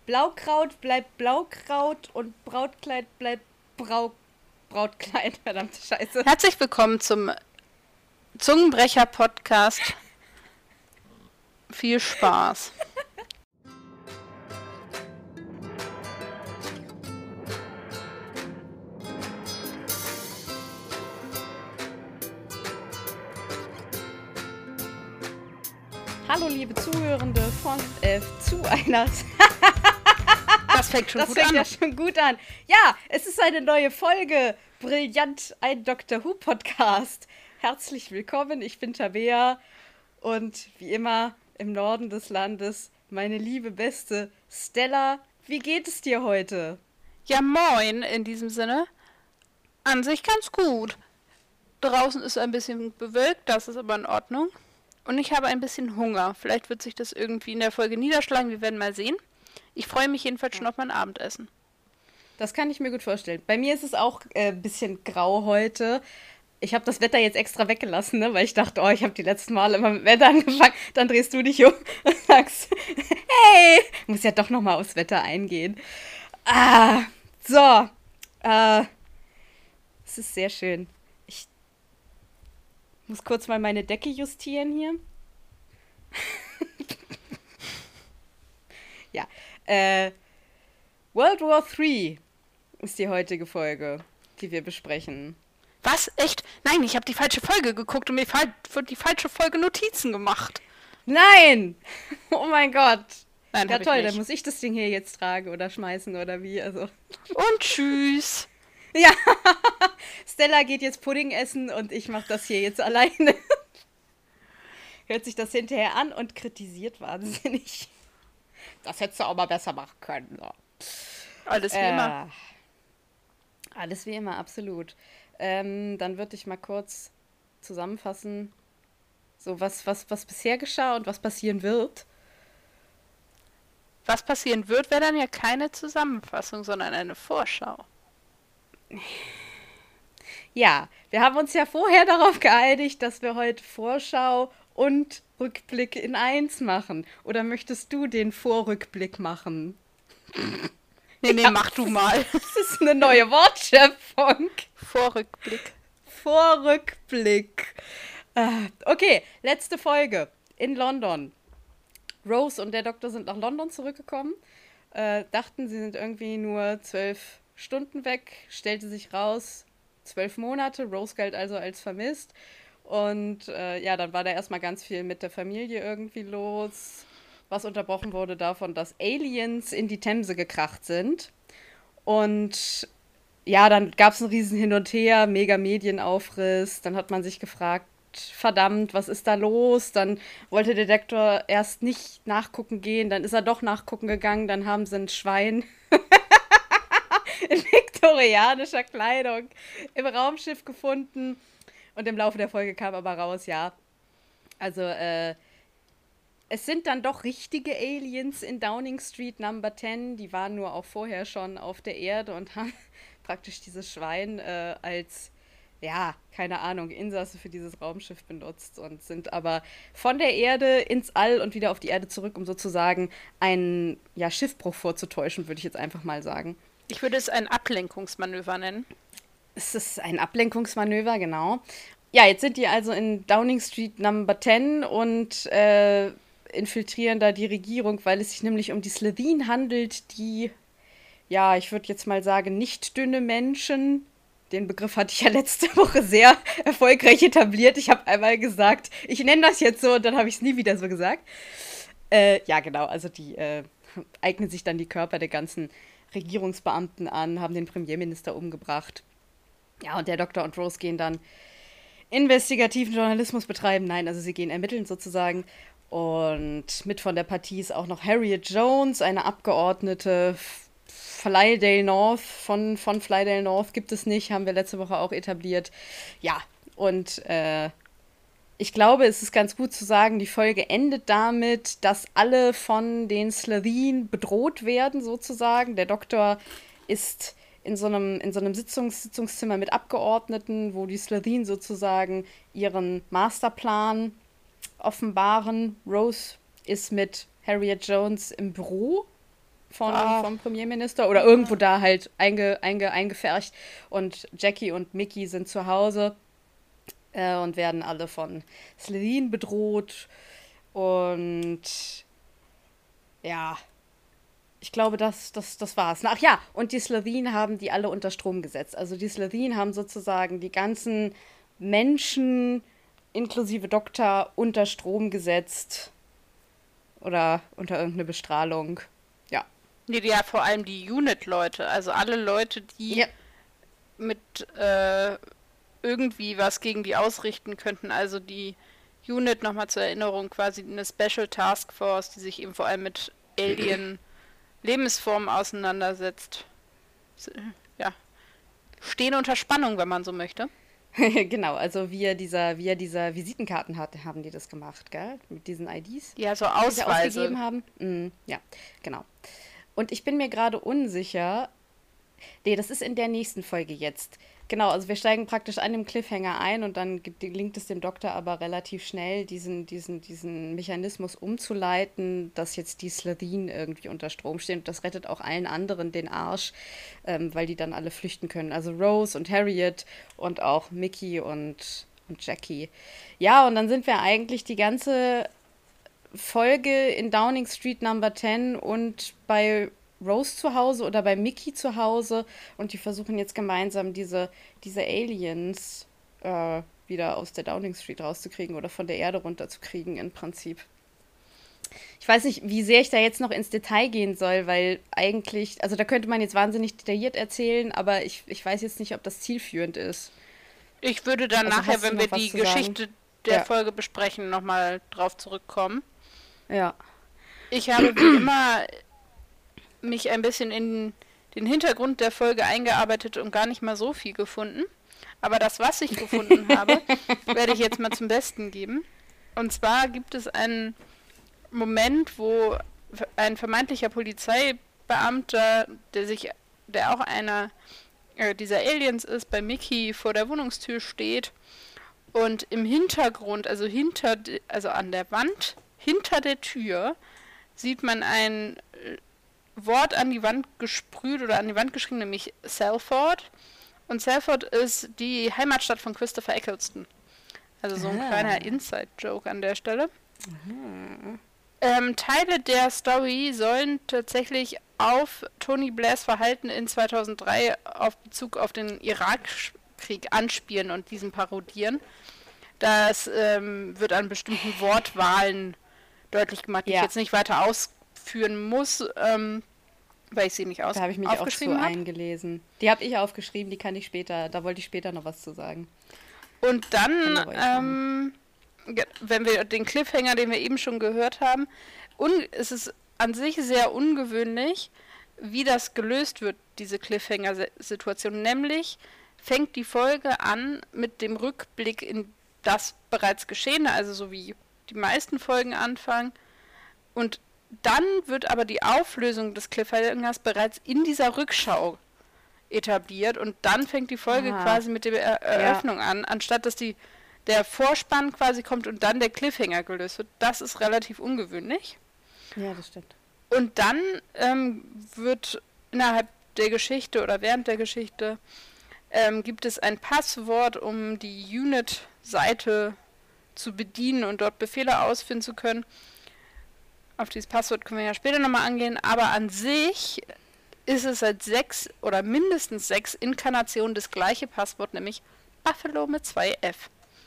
Blaukraut bleibt Blaukraut und Brautkleid bleibt Brautkleid. Verdammte Scheiße. Herzlich willkommen zum Zungenbrecher-Podcast. Viel Spaß. Hallo liebe Zuhörende zu einer... Das fängt schon Das gut fängt an. ja schon gut an. Ja, es ist eine neue Folge. Brillant, ein Doctor Who Podcast. Herzlich willkommen, ich bin Tabea und wie immer im Norden des Landes meine liebe beste Stella. Wie geht es dir heute? Ja, moin in diesem Sinne. An sich ganz gut. Draußen ist ein bisschen bewölkt, das ist aber in Ordnung. Und ich habe ein bisschen Hunger. Vielleicht wird sich das irgendwie in der Folge niederschlagen, wir werden mal sehen. Ich freue mich jedenfalls schon auf mein Abendessen. Das kann ich mir gut vorstellen. Bei mir ist es auch ein bisschen grau heute. Ich habe das Wetter jetzt extra weggelassen, ne? Weil ich dachte, oh, ich habe die letzten Male immer mit Wetter angefangen. Dann drehst du dich um und sagst, hey, muss ja doch noch mal aufs Wetter eingehen. So, es ist sehr schön. Ich muss kurz mal meine Decke justieren hier. Ja, World War III ist die heutige Folge, die wir besprechen. Was? Echt? Nein, ich habe die falsche Folge geguckt und mir für die falsche Folge Notizen gemacht. Nein! Oh mein Gott! Nein, Ja habe ich toll, dann nicht. muss ich das Ding hier jetzt tragen oder schmeißen oder wie, also. Und tschüss. Ja, Stella geht jetzt Pudding essen und ich mache das hier jetzt alleine. Hört sich das hinterher an und kritisiert wahnsinnig. Das hättest du auch mal besser machen können. So. Alles wie immer. Alles wie immer, absolut. Dann würde ich mal kurz zusammenfassen, so was bisher geschah und was passieren wird. Was passieren wird, wäre dann ja keine Zusammenfassung, sondern eine Vorschau. Ja, wir haben uns ja vorher darauf geeinigt, dass wir heute Vorschau und Rückblick in eins machen. Oder möchtest du den Vorrückblick machen? Nee, Ja, mach du mal. das ist eine neue Wortschöpfung. Vorrückblick. Vorrückblick. Okay, letzte Folge in London. Rose und der Doktor sind nach London zurückgekommen, dachten, sie sind irgendwie nur 12 Stunden weg, stellte sich raus, 12 Monate, Rose galt also als vermisst. Und ja, dann war da erstmal ganz viel mit der Familie irgendwie los, was unterbrochen wurde davon, dass Aliens in die Themse gekracht sind. Und ja, dann gab es einen riesen Hin und Her, mega Medienaufriss. Dann hat man sich gefragt, verdammt, was ist da los? Dann wollte der Detektor erst nicht nachgucken gehen, dann ist er doch nachgucken gegangen, dann haben sie ein Schwein in viktorianischer Kleidung im Raumschiff gefunden. Und im Laufe der Folge kam aber raus, ja, also es sind dann doch richtige Aliens in Downing Street Number 10. Die waren nur auch vorher schon auf der Erde und haben praktisch dieses Schwein als, ja, keine Ahnung, Insasse für dieses Raumschiff benutzt und sind aber von der Erde ins All und wieder auf die Erde zurück, um sozusagen einen, ja, Schiffbruch vorzutäuschen, würde ich jetzt einfach mal sagen. Ich würde es ein Ablenkungsmanöver nennen. Es ist ein Ablenkungsmanöver, genau. Ja, jetzt sind die also in Downing Street Number 10 und infiltrieren da die Regierung, weil es sich nämlich um die Slitheen handelt, die, ja, ich würde jetzt mal sagen, nicht dünne Menschen. Den Begriff hatte ich ja letzte Woche sehr erfolgreich etabliert. Ich habe einmal gesagt, ich nenne das jetzt so und dann habe ich es nie wieder so gesagt. Ja, genau, also die eignen sich dann die Körper der ganzen Regierungsbeamten an, haben den Premierminister umgebracht. Ja, und der Doktor und Rose gehen dann investigativen Journalismus betreiben. Nein, also sie gehen ermitteln sozusagen. Und mit von der Partie ist auch noch Harriet Jones, eine Abgeordnete. Flydale North, von Flydale North gibt es nicht, haben wir letzte Woche auch etabliert. Ja, und ich glaube, es ist ganz gut zu sagen, die Folge endet damit, dass alle von den Slitheen bedroht werden, sozusagen. Der Doktor ist in so einem Sitzungszimmer mit Abgeordneten, wo die Slitheen sozusagen ihren Masterplan offenbaren. Rose ist mit Harriet Jones im Büro vom Premierminister oder irgendwo da halt eingefärcht. Und Jackie und Mickey sind zu Hause und werden alle von Slytherin bedroht. Und ja, ich glaube, das war's. Ach ja, und die Slytherin haben die alle unter Strom gesetzt. Also die Slytherin haben sozusagen die ganzen Menschen inklusive Doktor unter Strom gesetzt. Oder unter irgendeine Bestrahlung. Ja. Nee, ja, vor allem die Unit-Leute, also alle Leute, die Ja. mit irgendwie was gegen die ausrichten könnten. Also die Unit, nochmal zur Erinnerung, quasi eine Special Task Force, die sich eben vor allem mit Alien-Lebensformen auseinandersetzt. Ja, stehen unter Spannung, wenn man so möchte. Genau, also via dieser Visitenkarten haben die das gemacht, gell? Mit diesen IDs, Ja, so die sie Ausweise. ausgegeben haben. Ja, genau. Und ich bin mir gerade unsicher. Nee, das ist in der nächsten Folge jetzt. Genau, also wir steigen praktisch an dem Cliffhanger ein und dann gelingt es dem Doktor aber relativ schnell, diesen Mechanismus umzuleiten, dass jetzt die Slytherin irgendwie unter Strom stehen. Und das rettet auch allen anderen den Arsch, weil die dann alle flüchten können. Also Rose und Harriet und auch Mickey und Jackie. Ja, und dann sind wir eigentlich die ganze Folge in Downing Street Number 10 und bei Rose zu Hause oder bei Mickey zu Hause und die versuchen jetzt gemeinsam diese Aliens wieder aus der Downing Street rauszukriegen oder von der Erde runterzukriegen im Prinzip. Ich weiß nicht, wie sehr ich da jetzt noch ins Detail gehen soll, weil eigentlich, also da könnte man jetzt wahnsinnig detailliert erzählen, aber ich weiß jetzt nicht, ob das zielführend ist. Ich würde dann Also nachher, hast du wenn noch wir was die zu sagen? Geschichte der Ja. Folge besprechen, nochmal drauf zurückkommen. Ja. Ich habe wie immer mich ein bisschen in den Hintergrund der Folge eingearbeitet und gar nicht mal so viel gefunden. Aber das, was ich gefunden habe, werde ich jetzt mal zum Besten geben. Und zwar gibt es einen Moment, wo ein vermeintlicher Polizeibeamter, der auch einer dieser Aliens ist, bei Mickey vor der Wohnungstür steht und im Hintergrund, also an der Wand, hinter der Tür, sieht man ein Wort an die Wand gesprüht oder an die Wand geschrieben, nämlich Salford. Und Salford ist die Heimatstadt von Christopher Eccleston. Also so ein kleiner Inside-Joke an der Stelle. Teile der Story sollen tatsächlich auf Tony Blairs Verhalten in 2003 auf Bezug auf den Irakkrieg anspielen und diesen parodieren. Das wird an bestimmten Wortwahlen deutlich gemacht, die ich Ja. jetzt nicht weiter ausführen muss, weil ich sie nicht Da habe ich mich auch zu aufgeschrieben habe. eingelesen. Die habe ich aufgeschrieben, die kann ich später, da wollte ich später noch was zu sagen. Und Kann dann, aber jetzt machen. wenn wir den Cliffhanger, den wir eben schon gehört haben, es ist an sich sehr ungewöhnlich, wie das gelöst wird, diese Cliffhanger-Situation. Nämlich fängt die Folge an mit dem Rückblick in das bereits Geschehene, also so wie die meisten Folgen anfangen. Und dann wird aber die Auflösung des Cliffhangers bereits in dieser Rückschau etabliert und dann fängt die Folge Ah. quasi mit der Eröffnung an, anstatt dass der Vorspann quasi kommt und dann der Cliffhanger gelöst wird. Das ist relativ ungewöhnlich. Ja, das stimmt. Und dann wird innerhalb der Geschichte oder während der Geschichte gibt es ein Passwort, um die Unit-Seite zu bedienen und dort Befehle ausführen zu können. Auf dieses Passwort können wir ja später nochmal angehen, aber an sich ist es seit 6 oder mindestens 6 Inkarnationen das gleiche Passwort, nämlich Buffalo mit 2F.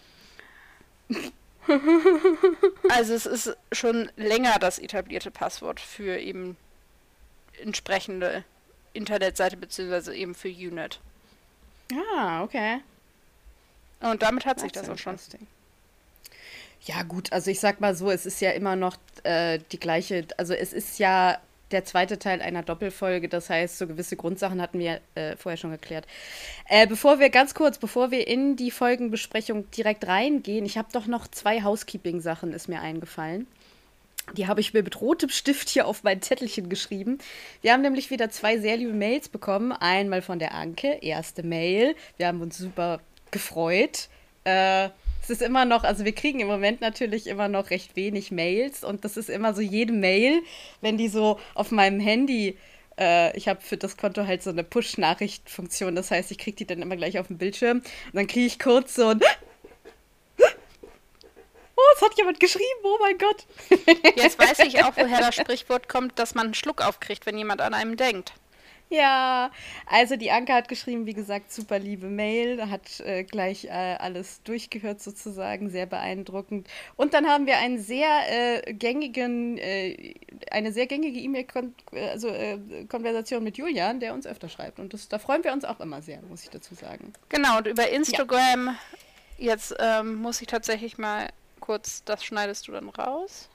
Also es ist schon länger das etablierte Passwort für eben entsprechende Internetseite beziehungsweise eben für Unit. Ah, okay. Und damit hat sich That's das auch schon. interesting. Ja, gut, also ich sag mal so, es ist ja immer noch die gleiche, also es ist ja der zweite Teil einer Doppelfolge, das heißt, so gewisse Grundsachen hatten wir vorher schon geklärt. Bevor wir in die Folgenbesprechung direkt reingehen, ich habe doch noch 2 Housekeeping-Sachen, ist mir eingefallen. Die habe ich mir mit rotem Stift hier auf mein Zettelchen geschrieben. Wir haben nämlich wieder 2 sehr liebe Mails bekommen. Einmal von der Anke, erste Mail. Wir haben uns super gefreut. Es ist immer noch, also wir kriegen im Moment natürlich immer noch recht wenig Mails und das ist immer so jede Mail, wenn die so auf meinem Handy, ich habe für das Konto halt so eine Push-Nachricht-Funktion, das heißt, ich kriege die dann immer gleich auf dem Bildschirm und dann kriege ich kurz so ein oh, es hat jemand geschrieben, oh mein Gott. Jetzt weiß ich auch, woher das Sprichwort kommt, dass man einen Schluck aufkriegt, wenn jemand an einem denkt. Ja, also die Anke hat geschrieben, wie gesagt, super liebe Mail, hat gleich alles durchgehört sozusagen, sehr beeindruckend. Und dann haben wir eine sehr gängige Konversation mit Julian, der uns öfter schreibt. Und da freuen wir uns auch immer sehr, muss ich dazu sagen. Genau, und über Ja. Instagram, jetzt muss ich tatsächlich mal kurz, das schneidest du dann raus.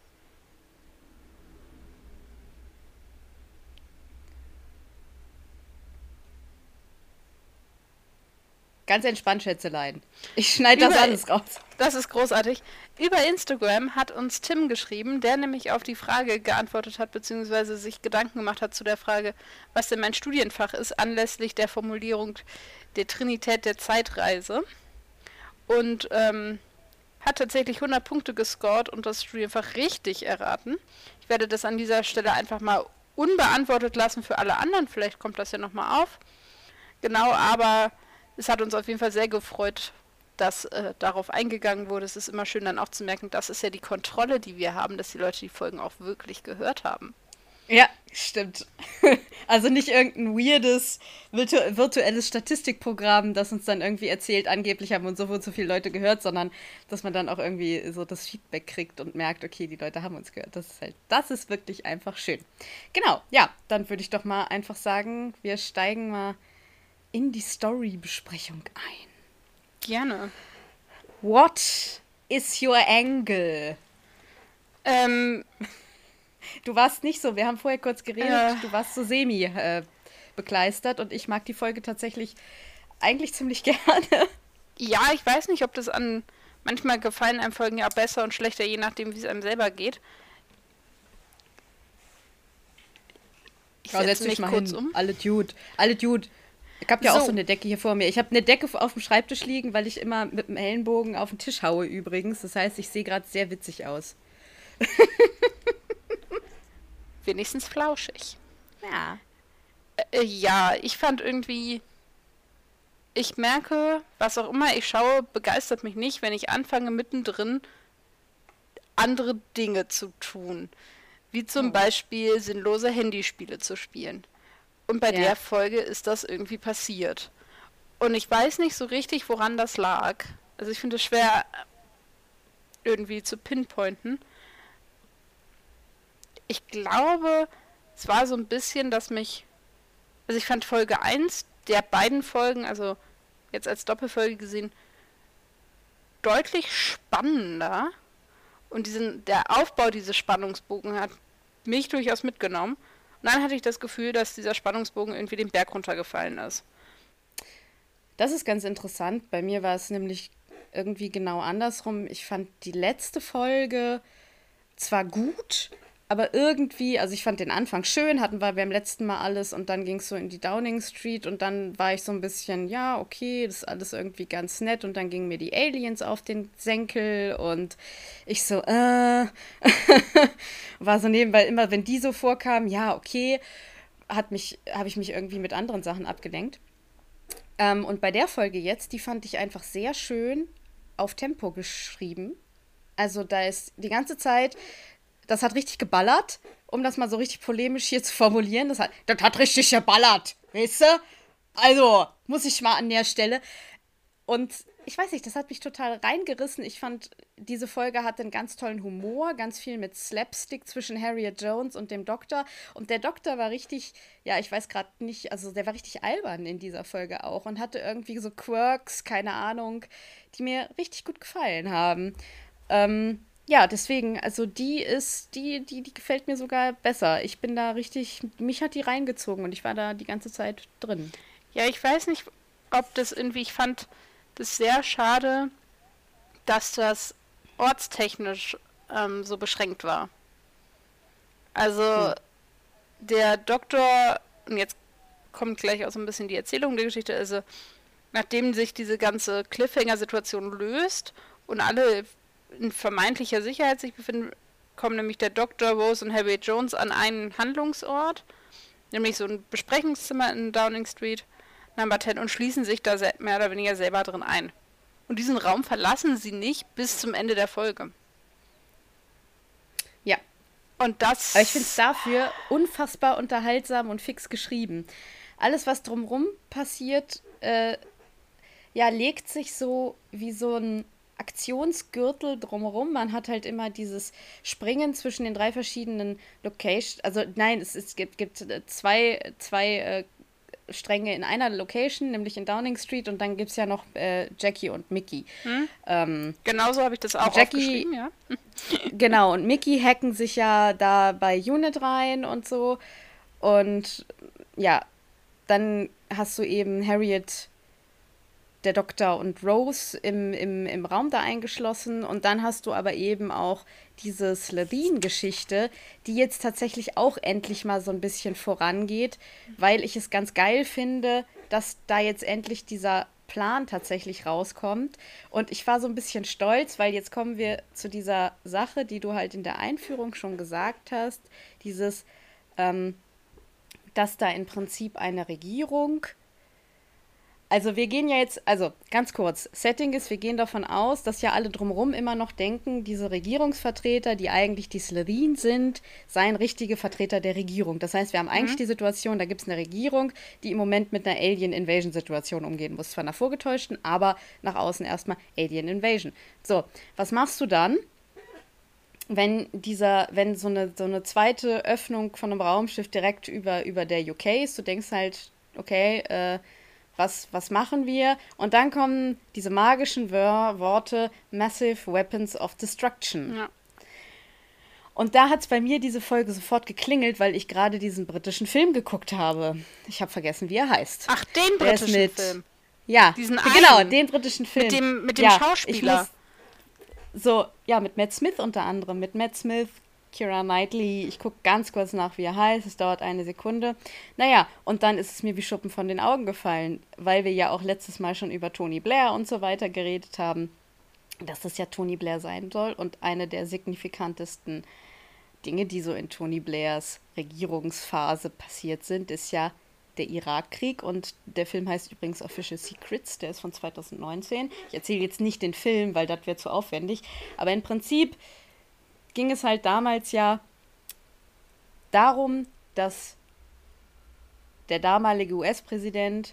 Ganz entspannt, Schätzelein. Ich schneide das Über- alles raus. Das ist großartig. Über Instagram hat uns Tim geschrieben, der nämlich auf die Frage geantwortet hat, beziehungsweise sich Gedanken gemacht hat zu der Frage, was denn mein Studienfach ist, anlässlich der Formulierung der Trinität der Zeitreise. Und hat tatsächlich 100 Punkte gescored und das Studienfach richtig erraten. Ich werde das an dieser Stelle einfach mal unbeantwortet lassen für alle anderen. Vielleicht kommt das ja nochmal auf. Genau, aber es hat uns auf jeden Fall sehr gefreut, dass darauf eingegangen wurde. Es ist immer schön dann auch zu merken, das ist ja die Kontrolle, die wir haben, dass die Leute die Folgen auch wirklich gehört haben. Ja, stimmt. Also nicht irgendein weirdes virtuelles Statistikprogramm, das uns dann irgendwie erzählt, angeblich haben uns so und so viele Leute gehört, sondern dass man dann auch irgendwie so das Feedback kriegt und merkt, okay, die Leute haben uns gehört. Das ist wirklich einfach schön. Genau, ja, dann würde ich doch mal einfach sagen, wir steigen mal in die Story-Besprechung ein. Gerne. What is your angle? Du warst nicht so, wir haben vorher kurz geredet, du warst so begeisternd und ich mag die Folge tatsächlich eigentlich ziemlich gerne. Ja, ich weiß nicht, ob das an... Manchmal gefallen einem Folgen ja besser und schlechter, je nachdem, wie es einem selber geht. Ich setze mich mal kurz hin. um. Alle Dude. Ich habe ja auch So. so eine Decke hier vor mir. Ich habe eine Decke auf dem Schreibtisch liegen, weil ich immer mit dem Ellenbogen auf den Tisch haue übrigens. Das heißt, ich sehe gerade sehr witzig aus. Wenigstens flauschig. Ja. Ja, ich fand irgendwie... Ich merke, was auch immer ich schaue, begeistert mich nicht, wenn ich anfange, mittendrin andere Dinge zu tun. Wie zum Beispiel sinnlose Handyspiele zu spielen. Und bei Ja. der Folge ist das irgendwie passiert. Und ich weiß nicht so richtig, woran das lag. Also ich finde es schwer irgendwie zu pinpointen. Ich glaube, es war so ein bisschen, dass mich... Also ich fand Folge 1 der beiden Folgen, also jetzt als Doppelfolge gesehen, deutlich spannender. Und der Aufbau dieses Spannungsbogen hat mich durchaus mitgenommen. Und dann hatte ich das Gefühl, dass dieser Spannungsbogen irgendwie den Berg runtergefallen ist. Das ist ganz interessant. Bei mir war es nämlich irgendwie genau andersrum. Ich fand die letzte Folge zwar gut, aber irgendwie, also ich fand den Anfang schön, hatten wir beim letzten Mal alles und dann ging es so in die Downing Street und dann war ich so ein bisschen, ja, okay, das ist alles irgendwie ganz nett und dann gingen mir die Aliens auf den Senkel und ich so, war so nebenbei immer, wenn die so vorkamen, ja, okay, habe ich mich irgendwie mit anderen Sachen abgelenkt. Und bei der Folge jetzt, die fand ich einfach sehr schön auf Tempo geschrieben. Also da ist die ganze Zeit, das hat richtig geballert, um das mal so richtig polemisch hier zu formulieren. Das hat richtig geballert, weißt du? Also, muss ich mal an der Stelle. Und ich weiß nicht, das hat mich total reingerissen. Ich fand, diese Folge hatte einen ganz tollen Humor, ganz viel mit Slapstick zwischen Harriet Jones und dem Doktor. Und der Doktor war richtig, ja, ich weiß gerade nicht, also der war richtig albern in dieser Folge auch und hatte irgendwie so Quirks, keine Ahnung, die mir richtig gut gefallen haben. Ja, deswegen, also die gefällt mir sogar besser. Ich bin da richtig, mich hat die reingezogen und ich war da die ganze Zeit drin. Ja, ich weiß nicht, ob das irgendwie, ich fand das sehr schade, dass das ortstechnisch so beschränkt war. Also der Doktor, und jetzt kommt gleich auch so ein bisschen die Erzählung der Geschichte, also nachdem sich diese ganze Cliffhanger-Situation löst und alle in vermeintlicher Sicherheit sich befinden, kommen nämlich der Doktor, Rose und Harriet Jones an einen Handlungsort, nämlich so ein Besprechungszimmer in Downing Street, Number 10, und schließen sich da mehr oder weniger selber drin ein. Und diesen Raum verlassen sie nicht bis zum Ende der Folge. Ja. Und das... Aber ich finde es dafür unfassbar unterhaltsam und fix geschrieben. Alles, was drumherum passiert, legt sich so wie so ein Aktionsgürtel drumherum. Man hat halt immer dieses Springen zwischen den 3 verschiedenen Locations. Also nein, es gibt zwei Stränge in einer Location, nämlich in Downing Street, und dann gibt es ja noch Jackie und Mickey. Genauso habe ich das auch aufgeschrieben, ja. Genau, und Mickey hacken sich ja da bei Unit rein und so. Und ja, dann hast du eben Harriet, der Doktor und Rose im Raum da eingeschlossen. Und dann hast du aber eben auch diese Slitheen-Geschichte, die jetzt tatsächlich auch endlich mal so ein bisschen vorangeht, weil ich es ganz geil finde, dass da jetzt endlich dieser Plan tatsächlich rauskommt. Und ich war so ein bisschen stolz, weil jetzt kommen wir zu dieser Sache, die du halt in der Einführung schon gesagt hast, dieses, dass da im Prinzip eine Regierung. Also wir gehen ja jetzt, also ganz kurz, Setting ist, wir gehen davon aus, dass ja alle drumherum immer noch denken, diese Regierungsvertreter, die eigentlich die Slitheen sind, seien richtige Vertreter der Regierung. Das heißt, wir haben eigentlich die Situation, da gibt es eine Regierung, die im Moment mit einer Alien-Invasion-Situation umgehen muss. Zwar einer vorgetäuschten, aber nach außen erstmal Alien-Invasion. So, was machst du dann, wenn so eine zweite Öffnung von einem Raumschiff direkt über der UK ist? Du denkst halt, okay, was machen wir? Und dann kommen diese magischen Worte Massive Weapons of Destruction. Ja. Und da hat es bei mir diese Folge sofort geklingelt, weil ich gerade diesen britischen Film geguckt habe. Ich habe vergessen, wie er heißt. Ach, den britischen Film? Ja, diesen genau, einen. den britischen Film. Mit dem Schauspieler. Mit Matt Smith unter anderem. Mit Matt Smith, Keira Knightley. Ich gucke ganz kurz nach, wie er heißt. Es dauert eine Sekunde. Naja, und dann ist es mir wie Schuppen von den Augen gefallen, weil wir ja auch letztes Mal schon über Tony Blair und so weiter geredet haben, dass das ja Tony Blair sein soll. Und eine der signifikantesten Dinge, die so in Tony Blairs Regierungsphase passiert sind, ist ja der Irakkrieg. Und der Film heißt übrigens Official Secrets, der ist von 2019. Ich erzähle jetzt nicht den Film, weil das wäre zu aufwendig. Aber im Prinzip ging es halt damals ja darum, dass der damalige US-Präsident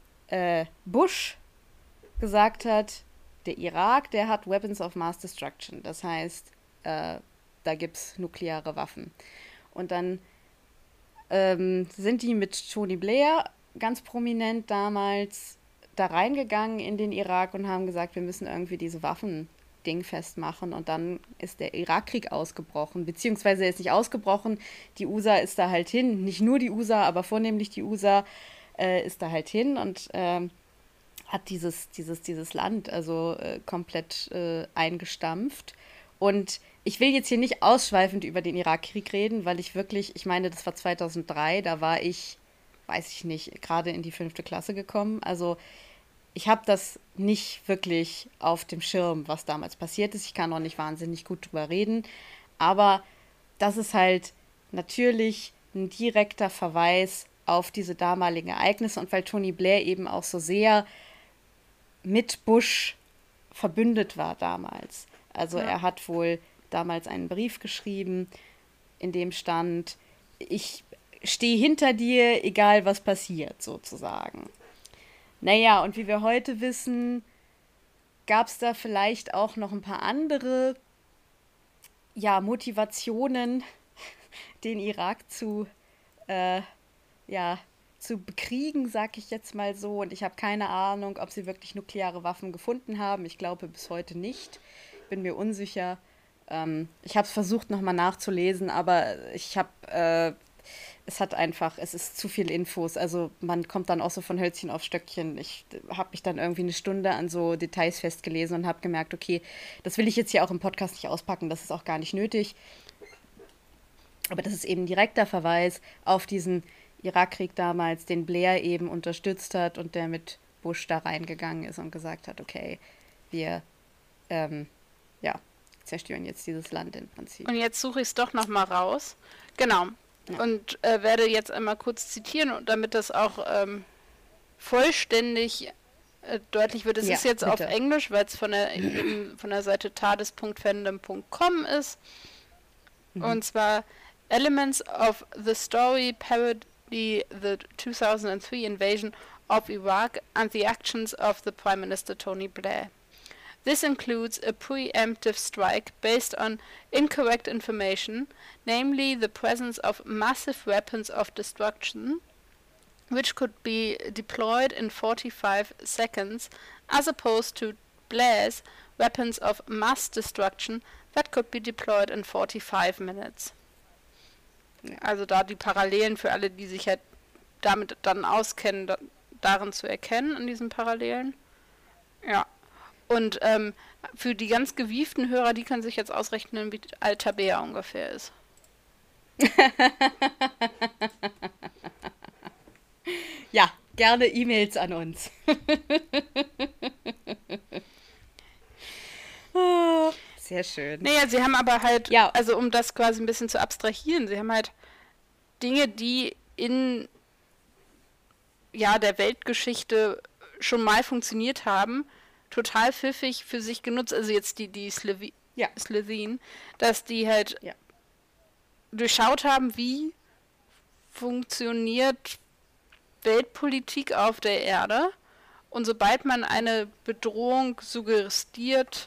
Bush gesagt hat, der Irak, der hat Weapons of Mass Destruction. Das heißt, da gibt es nukleare Waffen. Und dann sind die mit Tony Blair ganz prominent damals da reingegangen in den Irak und haben gesagt, wir müssen irgendwie diese Waffen dingfest machen. Und dann ist der Irakkrieg ausgebrochen, beziehungsweise er ist nicht ausgebrochen, die USA ist da halt hin, nicht nur die USA, aber vornehmlich die USA ist da halt hin und hat dieses Land also komplett eingestampft. Und ich will jetzt hier nicht ausschweifend über den Irakkrieg reden, weil ich meine, das war 2003, da war ich, weiß ich nicht, gerade in die 5. Klasse gekommen. Also ich habe das nicht wirklich auf dem Schirm, was damals passiert ist. Ich kann auch nicht wahnsinnig gut drüber reden. Aber das ist halt natürlich ein direkter Verweis auf diese damaligen Ereignisse. Und weil Tony Blair eben auch so sehr mit Bush verbündet war damals. Also er hat wohl damals einen Brief geschrieben, in dem stand, ich stehe hinter dir, egal was passiert, sozusagen. Naja, und wie wir heute wissen, gab es da vielleicht auch noch ein paar andere Motivationen, den Irak zu bekriegen, sag ich jetzt mal so. Und ich habe keine Ahnung, ob sie wirklich nukleare Waffen gefunden haben. Ich glaube bis heute nicht. Bin mir unsicher. Ich habe es versucht, nochmal nachzulesen, aber es ist zu viel Infos. Also man kommt dann auch so von Hölzchen auf Stöckchen. Ich habe mich dann irgendwie eine Stunde an so Details festgelesen und habe gemerkt, okay, das will ich jetzt hier auch im Podcast nicht auspacken, das ist auch gar nicht nötig. Aber das ist eben ein direkter Verweis auf diesen Irakkrieg damals, den Blair eben unterstützt hat und der mit Bush da reingegangen ist und gesagt hat, okay, wir zerstören jetzt dieses Land im Prinzip. Und jetzt suche ich es doch nochmal raus. Genau. Ja. Und werde jetzt einmal kurz zitieren, und damit das auch vollständig deutlich wird. Es ist jetzt bitte. auf Englisch, weil es von der Seite tardis.fandom.com ist. Und zwar: Elements of the story parody the 2003 invasion of Iraq and the actions of the Prime Minister Tony Blair. This includes a preemptive strike based on incorrect information, namely the presence of massive weapons of destruction, which could be deployed in 45 seconds, as opposed to Blair's weapons of mass destruction that could be deployed in 45 minutes. Also da die Parallelen für alle, die sich halt damit dann auskennen, darin zu erkennen, in diesen Parallelen. Ja. Und für die ganz gewieften Hörer, die können sich jetzt ausrechnen, wie alt Tabea ungefähr ist. Ja, gerne E-Mails an uns. Sehr schön. Naja, sie haben aber halt, Ja. also um das quasi ein bisschen zu abstrahieren, sie haben halt Dinge, die in der Weltgeschichte schon mal funktioniert haben, total pfiffig für sich genutzt. Also jetzt die Slitheen, dass die halt durchschaut haben, wie funktioniert Weltpolitik auf der Erde, und sobald man eine Bedrohung suggeriert,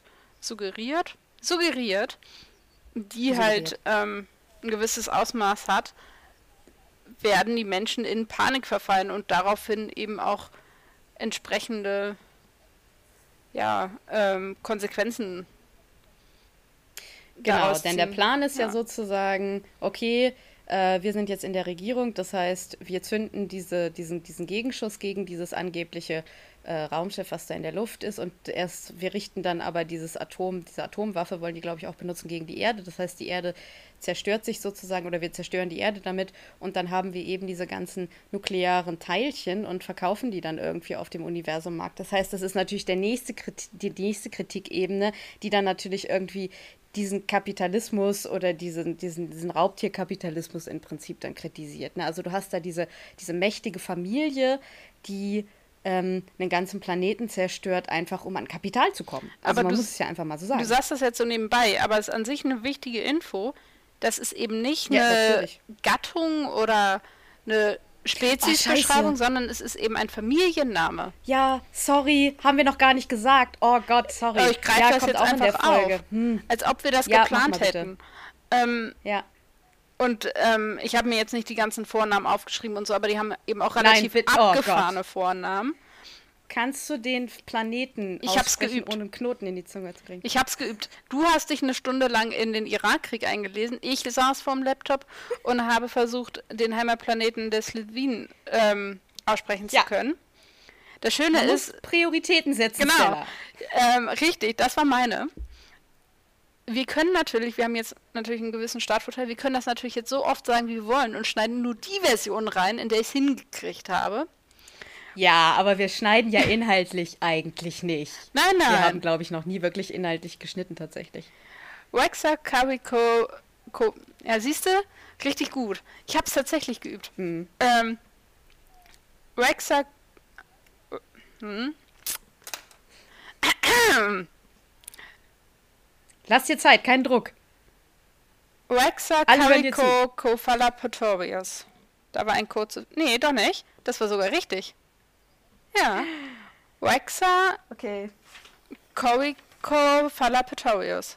die halt ein gewisses Ausmaß hat, werden die Menschen in Panik verfallen und daraufhin eben auch entsprechende Konsequenzen. Genau, daraus denn der ziehen. Plan ist ja sozusagen, okay, wir sind jetzt in der Regierung, das heißt, wir zünden diesen Gegenschuss gegen dieses angebliche Raumschiff, was da in der Luft ist, und wir richten dann aber diese Atomwaffe wollen die, glaube ich, auch benutzen gegen die Erde. Das heißt, die Erde zerstört sich sozusagen, oder wir zerstören die Erde damit, und dann haben wir eben diese ganzen nuklearen Teilchen und verkaufen die dann irgendwie auf dem Universummarkt. Das heißt, das ist natürlich die nächste Kritikebene, die dann natürlich irgendwie diesen Kapitalismus oder diesen Raubtierkapitalismus im Prinzip dann kritisiert. Ne? Also du hast da diese mächtige Familie, die einen ganzen Planeten zerstört, einfach um an Kapital zu kommen. Also Aber man muss es ja einfach mal so sagen. Du sagst das jetzt so nebenbei, aber es ist an sich eine wichtige Info. Das ist eben nicht Ja, eine natürlich. Gattung oder eine Speziesbeschreibung, sondern es ist eben ein Familienname. Ja, sorry, haben wir noch gar nicht gesagt. Oh Gott, sorry. Aber ich greife das kommt jetzt auch in der einfach Folge. auf, als ob wir das Ja, geplant mach mal bitte. hätten. Ja. Und ich habe mir jetzt nicht die ganzen Vornamen aufgeschrieben und so, aber die haben eben auch Nein, relativ bitte. Oh abgefahrene Vornamen. Kannst du den Planeten Ich hab's aussprechen, geübt. ohne einen Knoten in die Zunge zu kriegen? Ich habe es geübt. Du hast dich eine Stunde lang in den Irakkrieg eingelesen. Ich saß vorm Laptop und habe versucht, den Heimatplaneten des Slitheen aussprechen zu können. Das Schöne Man muss ist... Prioritäten setzen, Genau. Stella. Richtig, das war meine. Wir können natürlich, wir haben jetzt natürlich einen gewissen Startvorteil, wir können das natürlich jetzt so oft sagen, wie wir wollen, und schneiden nur die Version rein, in der ich es hingekriegt habe. Ja, aber wir schneiden ja inhaltlich eigentlich nicht. Nein, Wir haben, nein. glaube ich, noch nie wirklich inhaltlich geschnitten, tatsächlich. Rexa Carico... Ja, siehst du? Richtig gut. Ich habe es tatsächlich geübt. Rexa... Lass dir Zeit, kein Druck. Rexa Alle hören dir Carico Cophalapatorius. Da war ein kurzes... Nee, doch nicht. Das war sogar richtig. Ja. Rexa Okay. Cophalapatorius.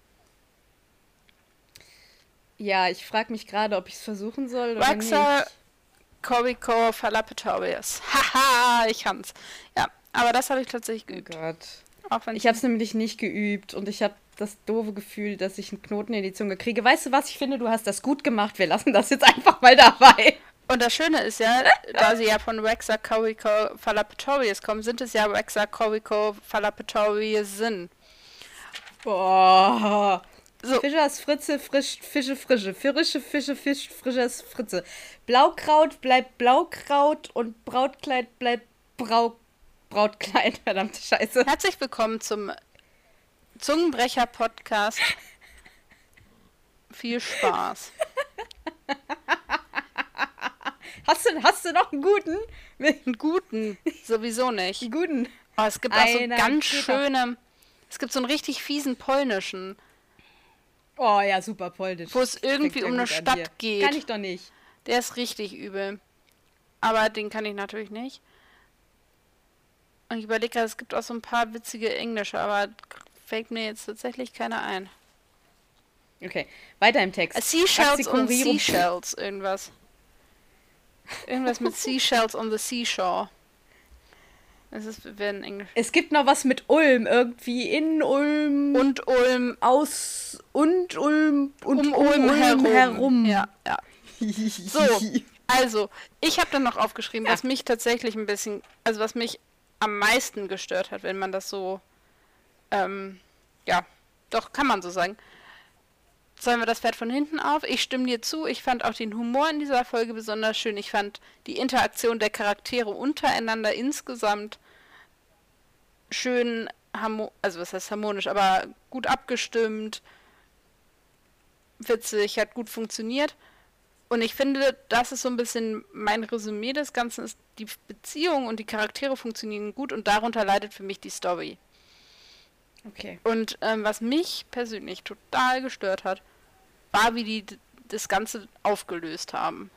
Ja, ich frage mich gerade, ob ich es versuchen soll oder Rexa nicht. Cophalapatorius. Haha, ich kann's. Ja, aber das habe ich tatsächlich Oh geübt. Gott. Auch wenn Ich habe es nämlich nicht geübt und ich habe das doofe Gefühl, dass ich einen Knoten in die Zunge kriege. Weißt du was? Ich finde, du hast das gut gemacht. Wir lassen das jetzt einfach mal dabei. Und das Schöne ist ja, da sie ja von Rexa Cophalapatorius kommen, sind es ja Rexa Cophalapatoriusen. Boah. So. Fischers Fritze, Fische frische. Fische, Fischers Fritze. Blaukraut bleibt Blaukraut und Brautkleid bleibt Brautkraut. Brautkleid, verdammte Scheiße. Herzlich willkommen zum Zungenbrecher-Podcast. Viel Spaß. Hast du noch einen guten? Einen guten, sowieso nicht. Einen guten. Oh, es gibt auch so Einer ganz geht schöne, es gibt so einen richtig fiesen polnischen, Oh ja, super polnisch. wo es irgendwie Fängt um eine ja gut an hier. Stadt geht. Kann ich doch nicht. Der ist richtig übel. Aber den kann ich natürlich nicht. Und ich überlege gerade, es gibt auch so ein paar witzige Englische, aber fällt mir jetzt tatsächlich keiner ein. Okay, weiter im Text. Seashells und Praxicorium. Seashells, irgendwas. Irgendwas mit Seashells on the Seashore. Wäre in Englisch. Es gibt noch was mit Ulm, irgendwie in Ulm, Und Ulm, aus und Ulm und um Ulm herum. Ja, ja. So. Also, ich habe dann noch aufgeschrieben, was mich tatsächlich ein bisschen, also was mich am meisten gestört hat, wenn man das so, ja, doch, kann man so sagen. Zäumen wir das Pferd von hinten auf? Ich stimme dir zu, ich fand auch den Humor in dieser Folge besonders schön. Ich fand die Interaktion der Charaktere untereinander insgesamt schön, also was heißt harmonisch, aber gut abgestimmt, witzig, hat gut funktioniert. Und ich finde, das ist so ein bisschen mein Resümee des Ganzen, ist, die Beziehung und die Charaktere funktionieren gut und darunter leidet für mich die Story. Okay. Und was mich persönlich total gestört hat, war, wie die das Ganze aufgelöst haben.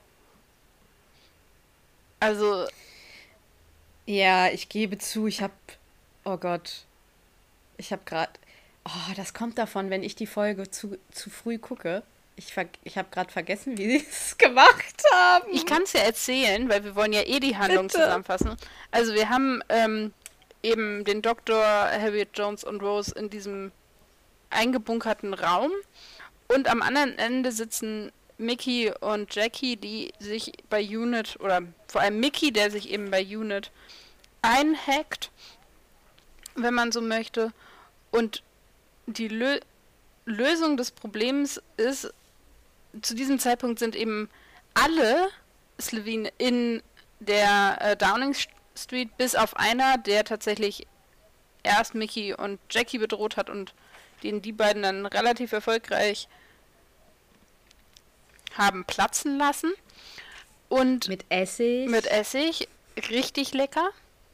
Also, Ja, ich gebe zu, oh Gott, ich habe gerade, oh, das kommt davon, wenn ich die Folge zu früh gucke. Ich habe gerade vergessen, wie sie es gemacht haben. ich kann es ja erzählen, weil wir wollen ja eh die Handlung Bitte. zusammenfassen. Also wir haben eben den Doktor, Harriet Jones und Rose in diesem eingebunkerten Raum und am anderen Ende sitzen Mickey und Jackie, die sich bei Unit, oder vor allem Mickey, der sich eben bei Unit einhackt, wenn man so möchte. Und die Lösung des Problems ist, zu diesem Zeitpunkt sind eben alle Slevin in der Downing Street, bis auf einer, der tatsächlich erst Mickey und Jackie bedroht hat und den die beiden dann relativ erfolgreich haben platzen lassen. Und Mit Essig. mit Essig, richtig lecker.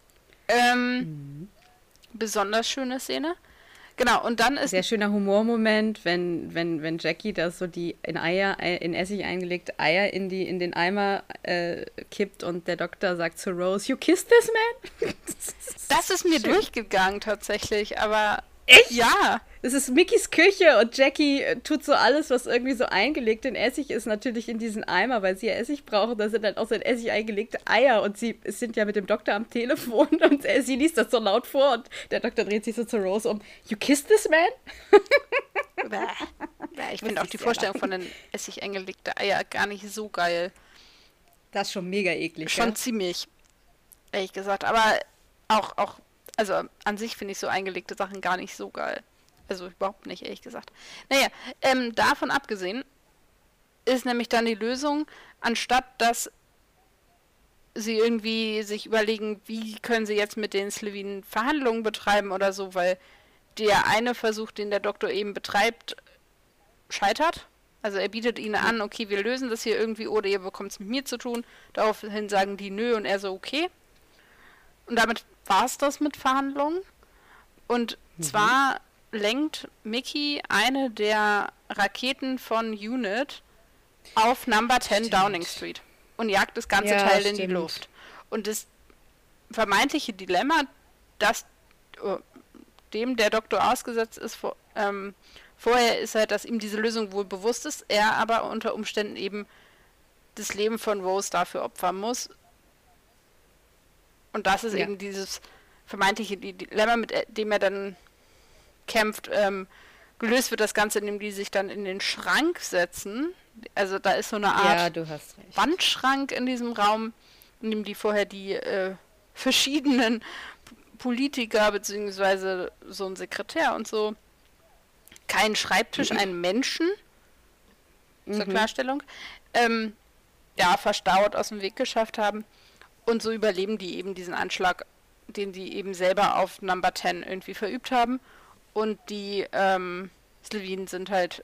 Besonders schöne Szene. Genau, und dann ist Sehr schöner Humormoment, wenn Jackie da so die in Essig eingelegte Eier in den Eimer kippt und der Doktor sagt zu Rose, "You kissed this man?" das ist mir durchgegangen tatsächlich, aber Echt? ja, Es ist Mickys Küche und Jackie tut so alles, was irgendwie so eingelegt in Essig ist, natürlich in diesen Eimer, weil sie ja Essig brauchen. Da sind dann auch so in Essig eingelegte Eier und sie sind ja mit dem Doktor am Telefon und sie liest das so laut vor und der Doktor dreht sich so zu Rose um. "You kissed this man?" ich finde auch die Vorstellung von den Essig eingelegten Eier gar nicht so geil. Das ist schon mega eklig. Schon Gell? ziemlich, ehrlich gesagt. Aber auch, also an sich finde ich so eingelegte Sachen gar nicht so geil. Also überhaupt nicht, ehrlich gesagt. Naja, davon abgesehen ist nämlich dann die Lösung, anstatt dass sie irgendwie sich überlegen, wie können sie jetzt mit den Slevinen Verhandlungen betreiben oder so, weil der eine Versuch, den der Doktor eben betreibt, scheitert. Also er bietet ihnen an, okay, wir lösen das hier irgendwie oder ihr bekommt es mit mir zu tun. Daraufhin sagen die nö und er so, okay. Und damit war es das mit Verhandlungen. Und zwar lenkt Mickey eine der Raketen von Unit auf Number 10 Downing Street und jagt das ganze Ja, Teil in die stimmt. Luft. Und das vermeintliche Dilemma, das dem der Doktor ausgesetzt ist, vorher ist halt, dass ihm diese Lösung wohl bewusst ist, er aber unter Umständen eben das Leben von Rose dafür opfern muss. Und das ist Ja. eben dieses vermeintliche Dilemma, mit dem er dann kämpft. Gelöst wird das Ganze, indem die sich dann in den Schrank setzen. Also da ist so eine Art Ja, du hast recht. Wandschrank in diesem Raum, in dem die vorher die verschiedenen Politiker beziehungsweise so ein Sekretär und so, kein Schreibtisch, einen Menschen, zur Klarstellung, ja, verstaut aus dem Weg geschafft haben. Und so überleben die eben diesen Anschlag den die eben selber auf Number 10 irgendwie verübt haben. Und die Slevinen sind halt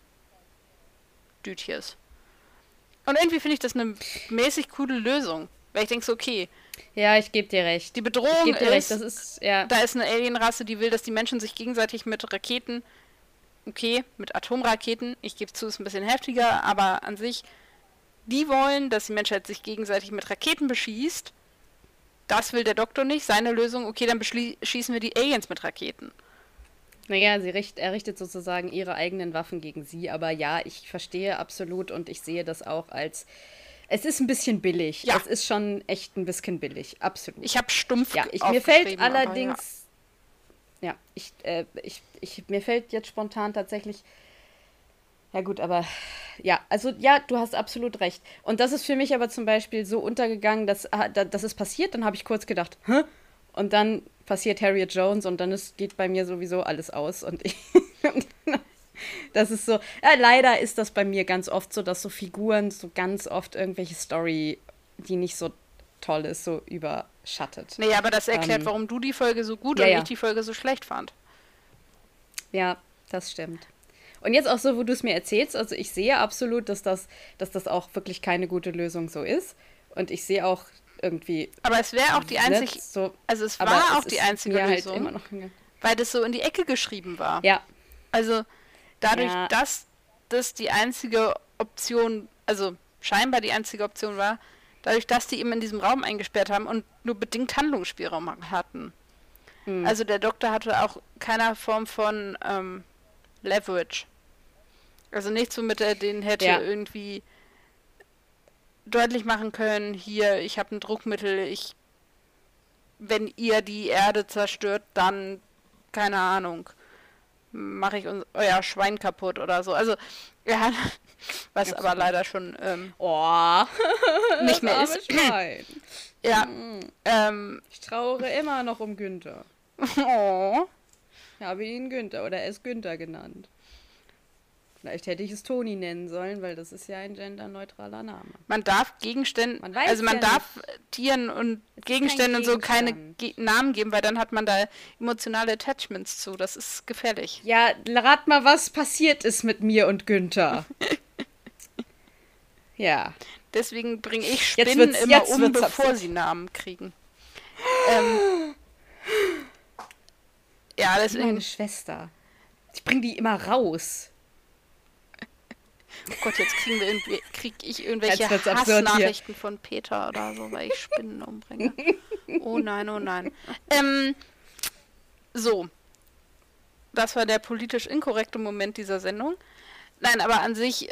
Dütjes. Und irgendwie finde ich das eine mäßig coole Lösung. Weil ich denke so, okay, Ja, ich gebe dir recht. die Ich Bedrohung gebe dir recht, ist, das ist, ja. da ist eine Alienrasse, die will, dass die Menschen sich gegenseitig mit Raketen, okay, mit Atomraketen, ich gebe zu, ist ein bisschen heftiger, aber an sich, die wollen, dass die Menschheit sich gegenseitig mit Raketen beschießt. Das will der Doktor nicht. Seine Lösung, okay, dann beschießen wir die Aliens mit Raketen. Naja, er richtet sozusagen ihre eigenen Waffen gegen sie, aber ja, ich verstehe absolut und ich sehe das auch als, es ist ein bisschen billig. Ja. Es ist schon echt ein bisschen billig, absolut. Ich habe stumpf Ja, mir fällt aufgeschrieben, aber allerdings, mir fällt jetzt spontan tatsächlich, ja gut, aber ja, also ja, du hast absolut recht. Und das ist für mich aber zum Beispiel so untergegangen, dass das ist passiert, dann habe ich kurz gedacht, hä? Und dann passiert Harriet Jones und dann geht bei mir sowieso alles aus und ich, das ist so, ja, leider ist das bei mir ganz oft so, dass so Figuren so ganz oft irgendwelche Story, die nicht so toll ist, so überschattet. Naja, aber das erklärt, warum du die Folge so gut ja, und ja. ich die Folge so schlecht fand. Ja, das stimmt. Und jetzt auch so, wo du es mir erzählst, also ich sehe absolut, dass das auch wirklich keine gute Lösung so ist. Und ich sehe auch irgendwie. Aber es wäre auch die einzige, so, also es aber war auch es die ist einzige mir Lösung, halt immer noch, weil das so in die Ecke geschrieben war. ja, Also dadurch, Ja. dass das die einzige Option, also scheinbar die einzige Option war, dadurch, dass die eben in diesem Raum eingesperrt haben und nur bedingt Handlungsspielraum hatten. Also der Doktor hatte auch keiner Form von Leverage. Also nichts, womit er den hätte Ja. irgendwie deutlich machen können, hier, ich habe ein Druckmittel, wenn ihr die Erde zerstört, dann, keine Ahnung, mache ich euer Schwein kaputt oder so. Also, er hat, was aber leider schon Oh, nicht mehr das ist. arme Schwein. Ja, Ich trauere immer noch um Günther. oh. Ich habe ihn Günther oder er ist Günther genannt. Vielleicht hätte ich es Toni nennen sollen, weil das ist ja ein genderneutraler Name. Man darf Gegenstände, Man weiß also man ja darf Tieren und ist Gegenständen kein und so keine Gegenstand. Namen geben, weil dann hat man da emotionale Attachments zu. Das ist gefährlich. Ja, rat mal, was passiert ist mit mir und Günther. Ja. Deswegen bringe ich Jetzt Spinnen wird's- immer jetzt um, wird's bevor absurd. sie Namen kriegen. Ja, deswegen. Meine Schwester. Ich bring die immer raus. Oh Gott, jetzt krieg ich irgendwelche Jetzt wird's absurd Hassnachrichten von Peter oder so, weil ich Spinnen umbringe. Oh nein, oh nein. So. Das war der politisch inkorrekte Moment dieser Sendung. Nein, aber an sich,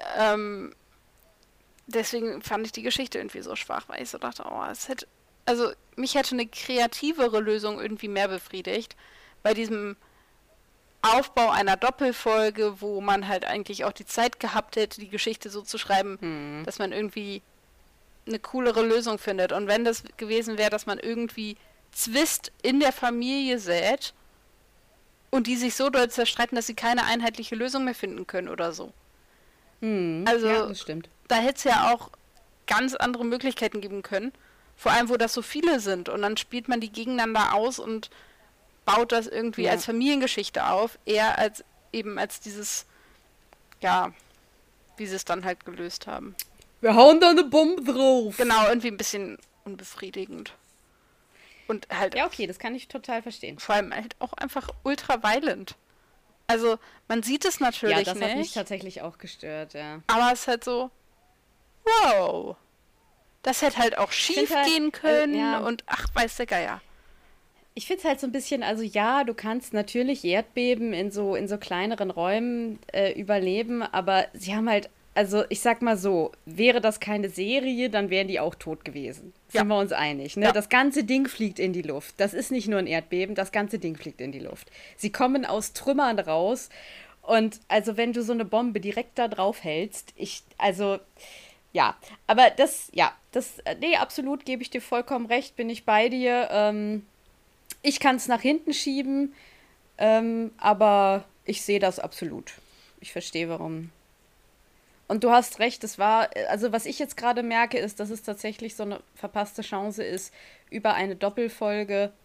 deswegen fand ich die Geschichte irgendwie so schwach, weil ich so dachte, also mich hätte eine kreativere Lösung irgendwie mehr befriedigt. Bei diesem Aufbau einer Doppelfolge, wo man halt eigentlich auch die Zeit gehabt hätte, die Geschichte so zu schreiben, dass man irgendwie eine coolere Lösung findet. Und wenn das gewesen wäre, dass man irgendwie Zwist in der Familie sät und die sich so doll zerstreiten, dass sie keine einheitliche Lösung mehr finden können oder so. Also, ja, das stimmt. da hätte es ja auch ganz andere Möglichkeiten geben können. Vor allem, wo das so viele sind. Und dann spielt man die gegeneinander aus und baut das irgendwie Ja. als Familiengeschichte auf, eher als eben als dieses, ja, wie sie es dann halt gelöst haben. Wir hauen da eine Bombe drauf. Genau, irgendwie ein bisschen unbefriedigend. Und halt Ja, okay, das kann ich total verstehen. vor allem halt auch einfach ultra violent. Also, man sieht es natürlich Ja, das hat mich nicht, tatsächlich auch gestört, ja. aber es ist halt so, wow. Das hätte halt auch schief halt, gehen können ja. und ach, weiß der Geier. Ich finde es halt so ein bisschen, also ja, du kannst natürlich Erdbeben in so kleineren Räumen überleben, aber sie haben halt, also ich sag mal so, wäre das keine Serie, dann wären die auch tot gewesen. Ja. Sind wir uns einig, ne? Ja. Das ganze Ding fliegt in die Luft. Das ist nicht nur ein Erdbeben, das ganze Ding fliegt in die Luft. Sie kommen aus Trümmern raus und also wenn du so eine Bombe direkt da drauf hältst, ja, aber nee, absolut, gebe ich dir vollkommen recht, bin ich bei dir. Ich kann es nach hinten schieben, aber ich sehe das absolut. Ich verstehe, warum. Und du hast recht, also was ich jetzt gerade merke, ist, dass es tatsächlich so eine verpasste Chance ist, über eine Doppelfolge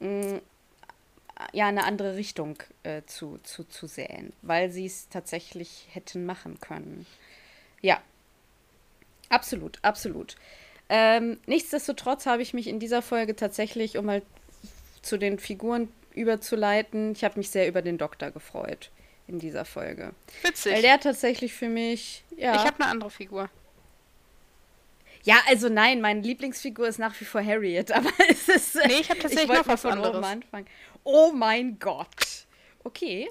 ja, eine andere Richtung zu säen, weil sie es tatsächlich hätten machen können. Ja, absolut, absolut. Nichtsdestotrotz habe ich mich in dieser Folge tatsächlich, um mal zu den Figuren überzuleiten, ich habe mich sehr über den Doktor gefreut in dieser Folge. Witzig. Weil der tatsächlich für mich, ja. Ich habe eine andere Figur. Ja, also nein, meine Lieblingsfigur ist nach wie vor Harriet, aber es ist. Nee, ich habe tatsächlich wollte noch was von anderes. oben anfangen. Oh mein Gott. Okay.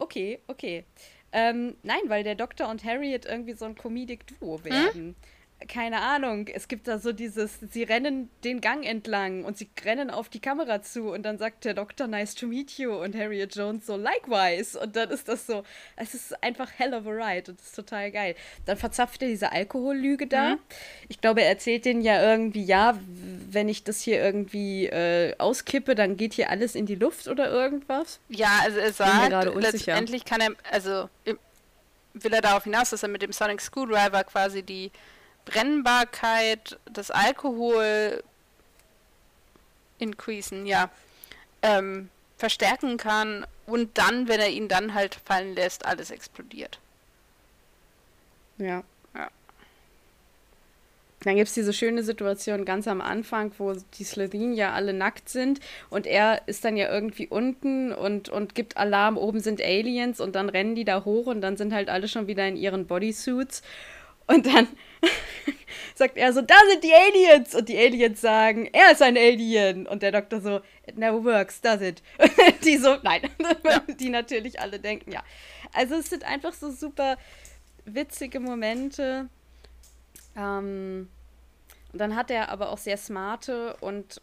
Nein, weil der Doktor und Harriet irgendwie so ein Comedic Duo werden. Keine Ahnung, es gibt da so sie rennen den Gang entlang und sie rennen auf die Kamera zu und dann sagt der Doktor, nice to meet you und Harriet Jones so, likewise. Und dann ist das so, es ist einfach hell of a ride und das ist total geil. Dann verzapft er diese Alkohollüge da. Ich glaube, er erzählt denen ja irgendwie, ja, wenn ich das hier irgendwie auskippe, dann geht hier alles in die Luft oder irgendwas. Ja, also er mir sagt, gerade unsicher. letztendlich kann er, also will er darauf hinaus, dass er mit dem Sonic Screwdriver quasi die Brennbarkeit des Alkohol increasen, ja, verstärken kann und dann, wenn er ihn dann halt fallen lässt, alles explodiert. Ja. Ja. Dann gibt es diese schöne Situation ganz am Anfang, wo die Slitheen ja alle nackt sind und er ist dann ja irgendwie unten und gibt Alarm, oben sind Aliens und dann rennen die da hoch und dann sind halt alle schon wieder in ihren Bodysuits und dann sagt er so, da sind die Aliens und die Aliens sagen, er ist ein Alien und der Doktor so, it never works, does it? Die so, nein, ja. Die natürlich alle denken, ja. Also es sind einfach so super witzige Momente. Und dann hat er aber auch sehr smarte und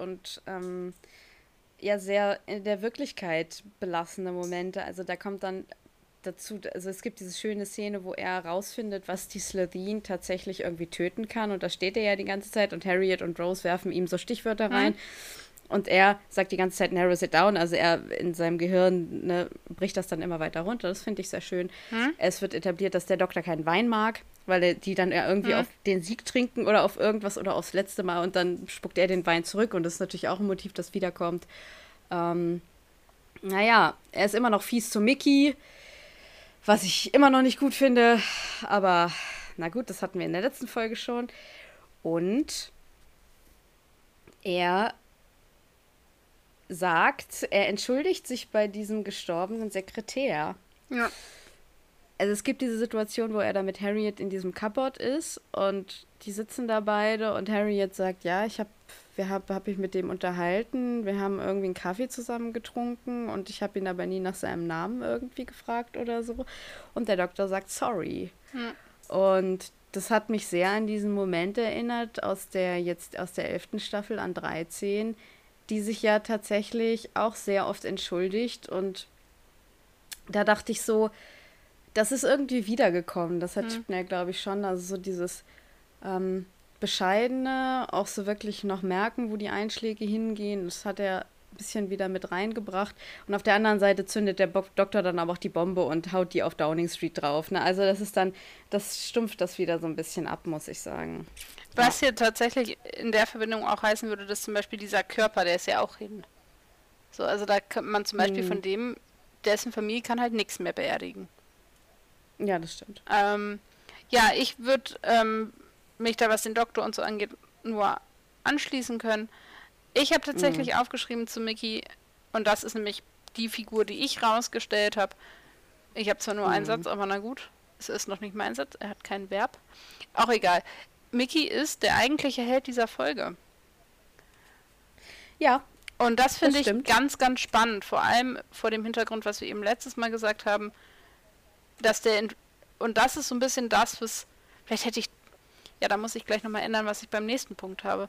ja sehr in der Wirklichkeit belassene Momente. Also da kommt dann dazu, also es gibt diese schöne Szene, wo er herausfindet, was die Slitheen tatsächlich irgendwie töten kann und da steht er ja die ganze Zeit und Harriet und Rose werfen ihm so Stichwörter rein und er sagt die ganze Zeit narrows it down, also er in seinem Gehirn bricht das dann immer weiter runter, das finde ich sehr schön. Es wird etabliert, dass der Doktor keinen Wein mag, weil er die dann irgendwie auf den Sieg trinken oder auf irgendwas oder aufs letzte Mal und dann spuckt er den Wein zurück und das ist natürlich auch ein Motiv, das wiederkommt. Naja, er ist immer noch fies zu Mickey, was ich immer noch nicht gut finde, aber na gut, das hatten wir in der letzten Folge schon. Und er sagt, er entschuldigt sich bei diesem gestorbenen Sekretär. Ja. Also es gibt diese Situation, wo er da mit Harriet in diesem Cupboard ist und die sitzen da beide und Harriet sagt, ja, hab ich mit dem unterhalten, wir haben irgendwie einen Kaffee zusammen getrunken und ich habe ihn aber nie nach seinem Namen irgendwie gefragt oder so. Und der Doktor sagt sorry. Und das hat mich sehr an diesen Moment erinnert aus der 11. Staffel an 13, die sich ja tatsächlich auch sehr oft entschuldigt und da dachte ich so, das ist irgendwie wiedergekommen. Das hat mir, glaube ich, schon, also so dieses Bescheidene, auch so wirklich noch merken, wo die Einschläge hingehen. Das hat er ein bisschen wieder mit reingebracht. Und auf der anderen Seite zündet der Doktor dann aber auch die Bombe und haut die auf Downing Street drauf. Ne? Also das stumpft das wieder so ein bisschen ab, muss ich sagen. Was hier tatsächlich in der Verbindung auch heißen würde, dass zum Beispiel dieser Körper, der ist ja auch hin. So, also da könnte man zum Beispiel von dessen Familie kann halt nichts mehr beerdigen. Ja, das stimmt. Ja, ich würde mich da, was den Doktor und so angeht, nur anschließen können. Ich habe tatsächlich aufgeschrieben zu Mickey, und das ist nämlich die Figur, die ich rausgestellt habe. Ich habe zwar nur einen Satz, aber na gut, es ist noch nicht mein Satz, er hat kein Verb. Auch egal. Mickey ist der eigentliche Held dieser Folge. Ja. Und das finde ich stimmt. ganz, ganz spannend, vor allem vor dem Hintergrund, was wir eben letztes Mal gesagt haben, dass und das ist so ein bisschen das, was, vielleicht hätte ich, ja, da muss ich gleich nochmal ändern, was ich beim nächsten Punkt habe.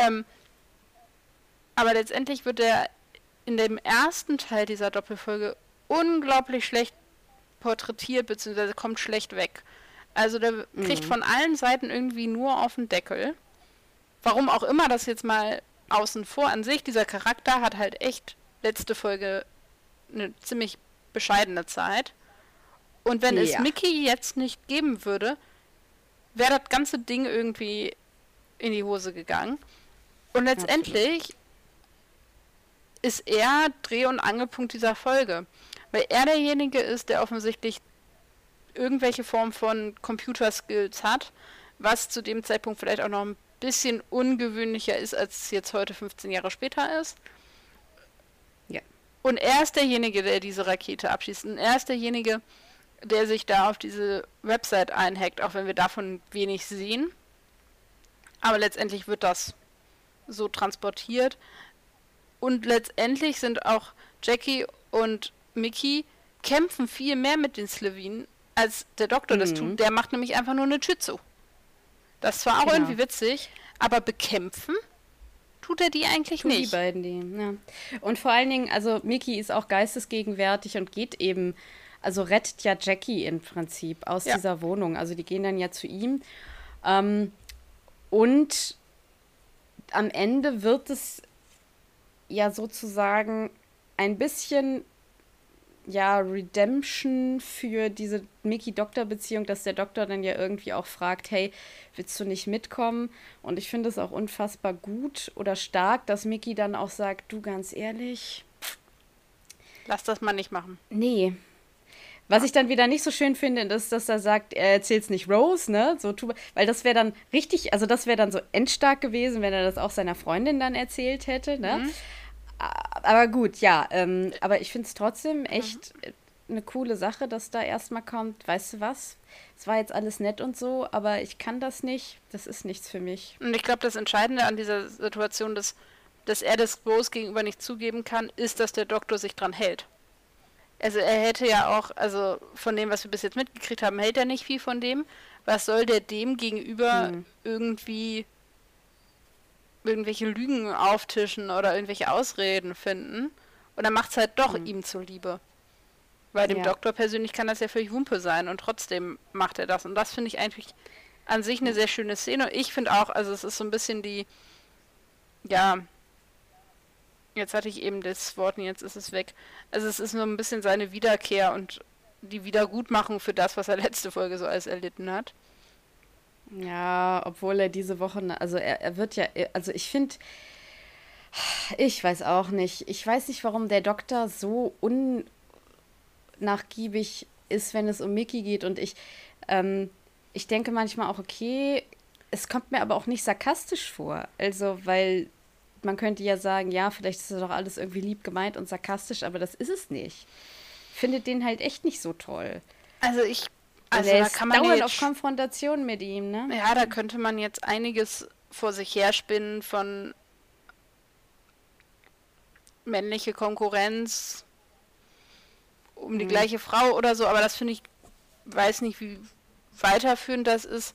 Aber letztendlich wird er in dem ersten Teil dieser Doppelfolge unglaublich schlecht porträtiert, beziehungsweise kommt schlecht weg. Also der kriegt von allen Seiten irgendwie nur auf den Deckel. Warum auch immer, das jetzt mal außen vor an sich. Dieser Charakter hat halt echt letzte Folge eine ziemlich bescheidene Zeit. Und wenn es Mickey jetzt nicht geben würde, wäre das ganze Ding irgendwie in die Hose gegangen. Und letztendlich ist er Dreh- und Angelpunkt dieser Folge. Weil er derjenige ist, der offensichtlich irgendwelche Form von Computerskills hat, was zu dem Zeitpunkt vielleicht auch noch ein bisschen ungewöhnlicher ist, als es jetzt heute 15 Jahre später ist. Ja. Und er ist derjenige, der diese Rakete abschießt. Und er ist derjenige, der sich da auf diese Website einhackt, auch wenn wir davon wenig sehen. Aber letztendlich wird das so transportiert. Und letztendlich sind auch Jackie und Mickey kämpfen viel mehr mit den Slitheen, als der Doktor das tut. Der macht nämlich einfach nur eine Jitsu. Das ist zwar auch irgendwie witzig, aber bekämpfen tut er die eigentlich nicht. Die beiden, ja. Und vor allen Dingen, also Mickey ist auch geistesgegenwärtig und geht eben, also rettet ja Jackie im Prinzip aus dieser Wohnung. Also die gehen dann ja zu ihm. Und am Ende wird es ja sozusagen ein bisschen Redemption für diese Mickey-Doktor-Beziehung, dass der Doktor dann ja irgendwie auch fragt, hey, willst du nicht mitkommen? Und ich finde es auch unfassbar gut oder stark, dass Mickey dann auch sagt, du, ganz ehrlich, lass das mal nicht machen. Nee. Was ich dann wieder nicht so schön finde, ist, dass er sagt, er erzählt's nicht Rose, ne? So, weil das wäre dann richtig, also das wäre dann so endstark gewesen, wenn er das auch seiner Freundin dann erzählt hätte, ne? Aber gut, ja, aber ich finde es trotzdem echt eine coole Sache, dass da erstmal kommt, weißt du was? Es war jetzt alles nett und so, aber ich kann das nicht, das ist nichts für mich. Und ich glaube, das Entscheidende an dieser Situation, dass er das Rose gegenüber nicht zugeben kann, ist, dass der Doktor sich dran hält. Also er hätte ja auch, also von dem, was wir bis jetzt mitgekriegt haben, hält er nicht viel von dem. Was soll der dem gegenüber irgendwie irgendwelche Lügen auftischen oder irgendwelche Ausreden finden? Und er macht es halt doch ihm zuliebe. Weil dem Doktor persönlich kann das ja völlig Wumpe sein und trotzdem macht er das. Und das finde ich eigentlich an sich eine sehr schöne Szene. Ich finde auch, also es ist so ein bisschen jetzt hatte ich eben das Wort und jetzt ist es weg. Also es ist nur ein bisschen seine Wiederkehr und die Wiedergutmachung für das, was er letzte Folge so alles erlitten hat. Ja, obwohl er diese Woche, also er wird ja, also ich finde, ich weiß auch nicht. Ich weiß nicht, warum der Doktor so unnachgiebig ist, wenn es um Mickey geht. Und ich denke manchmal auch, okay, es kommt mir aber auch nicht sarkastisch vor. Also, weil man könnte ja sagen, ja, vielleicht ist das doch alles irgendwie lieb gemeint und sarkastisch, aber das ist es nicht. Ich finde den halt echt nicht so toll. Also da kann man dauernd auf Konfrontation mit ihm, ne? Ja, da könnte man jetzt einiges vor sich herspinnen von männliche Konkurrenz um die gleiche Frau oder so, aber das finde ich, weiß nicht, wie weiterführend das ist.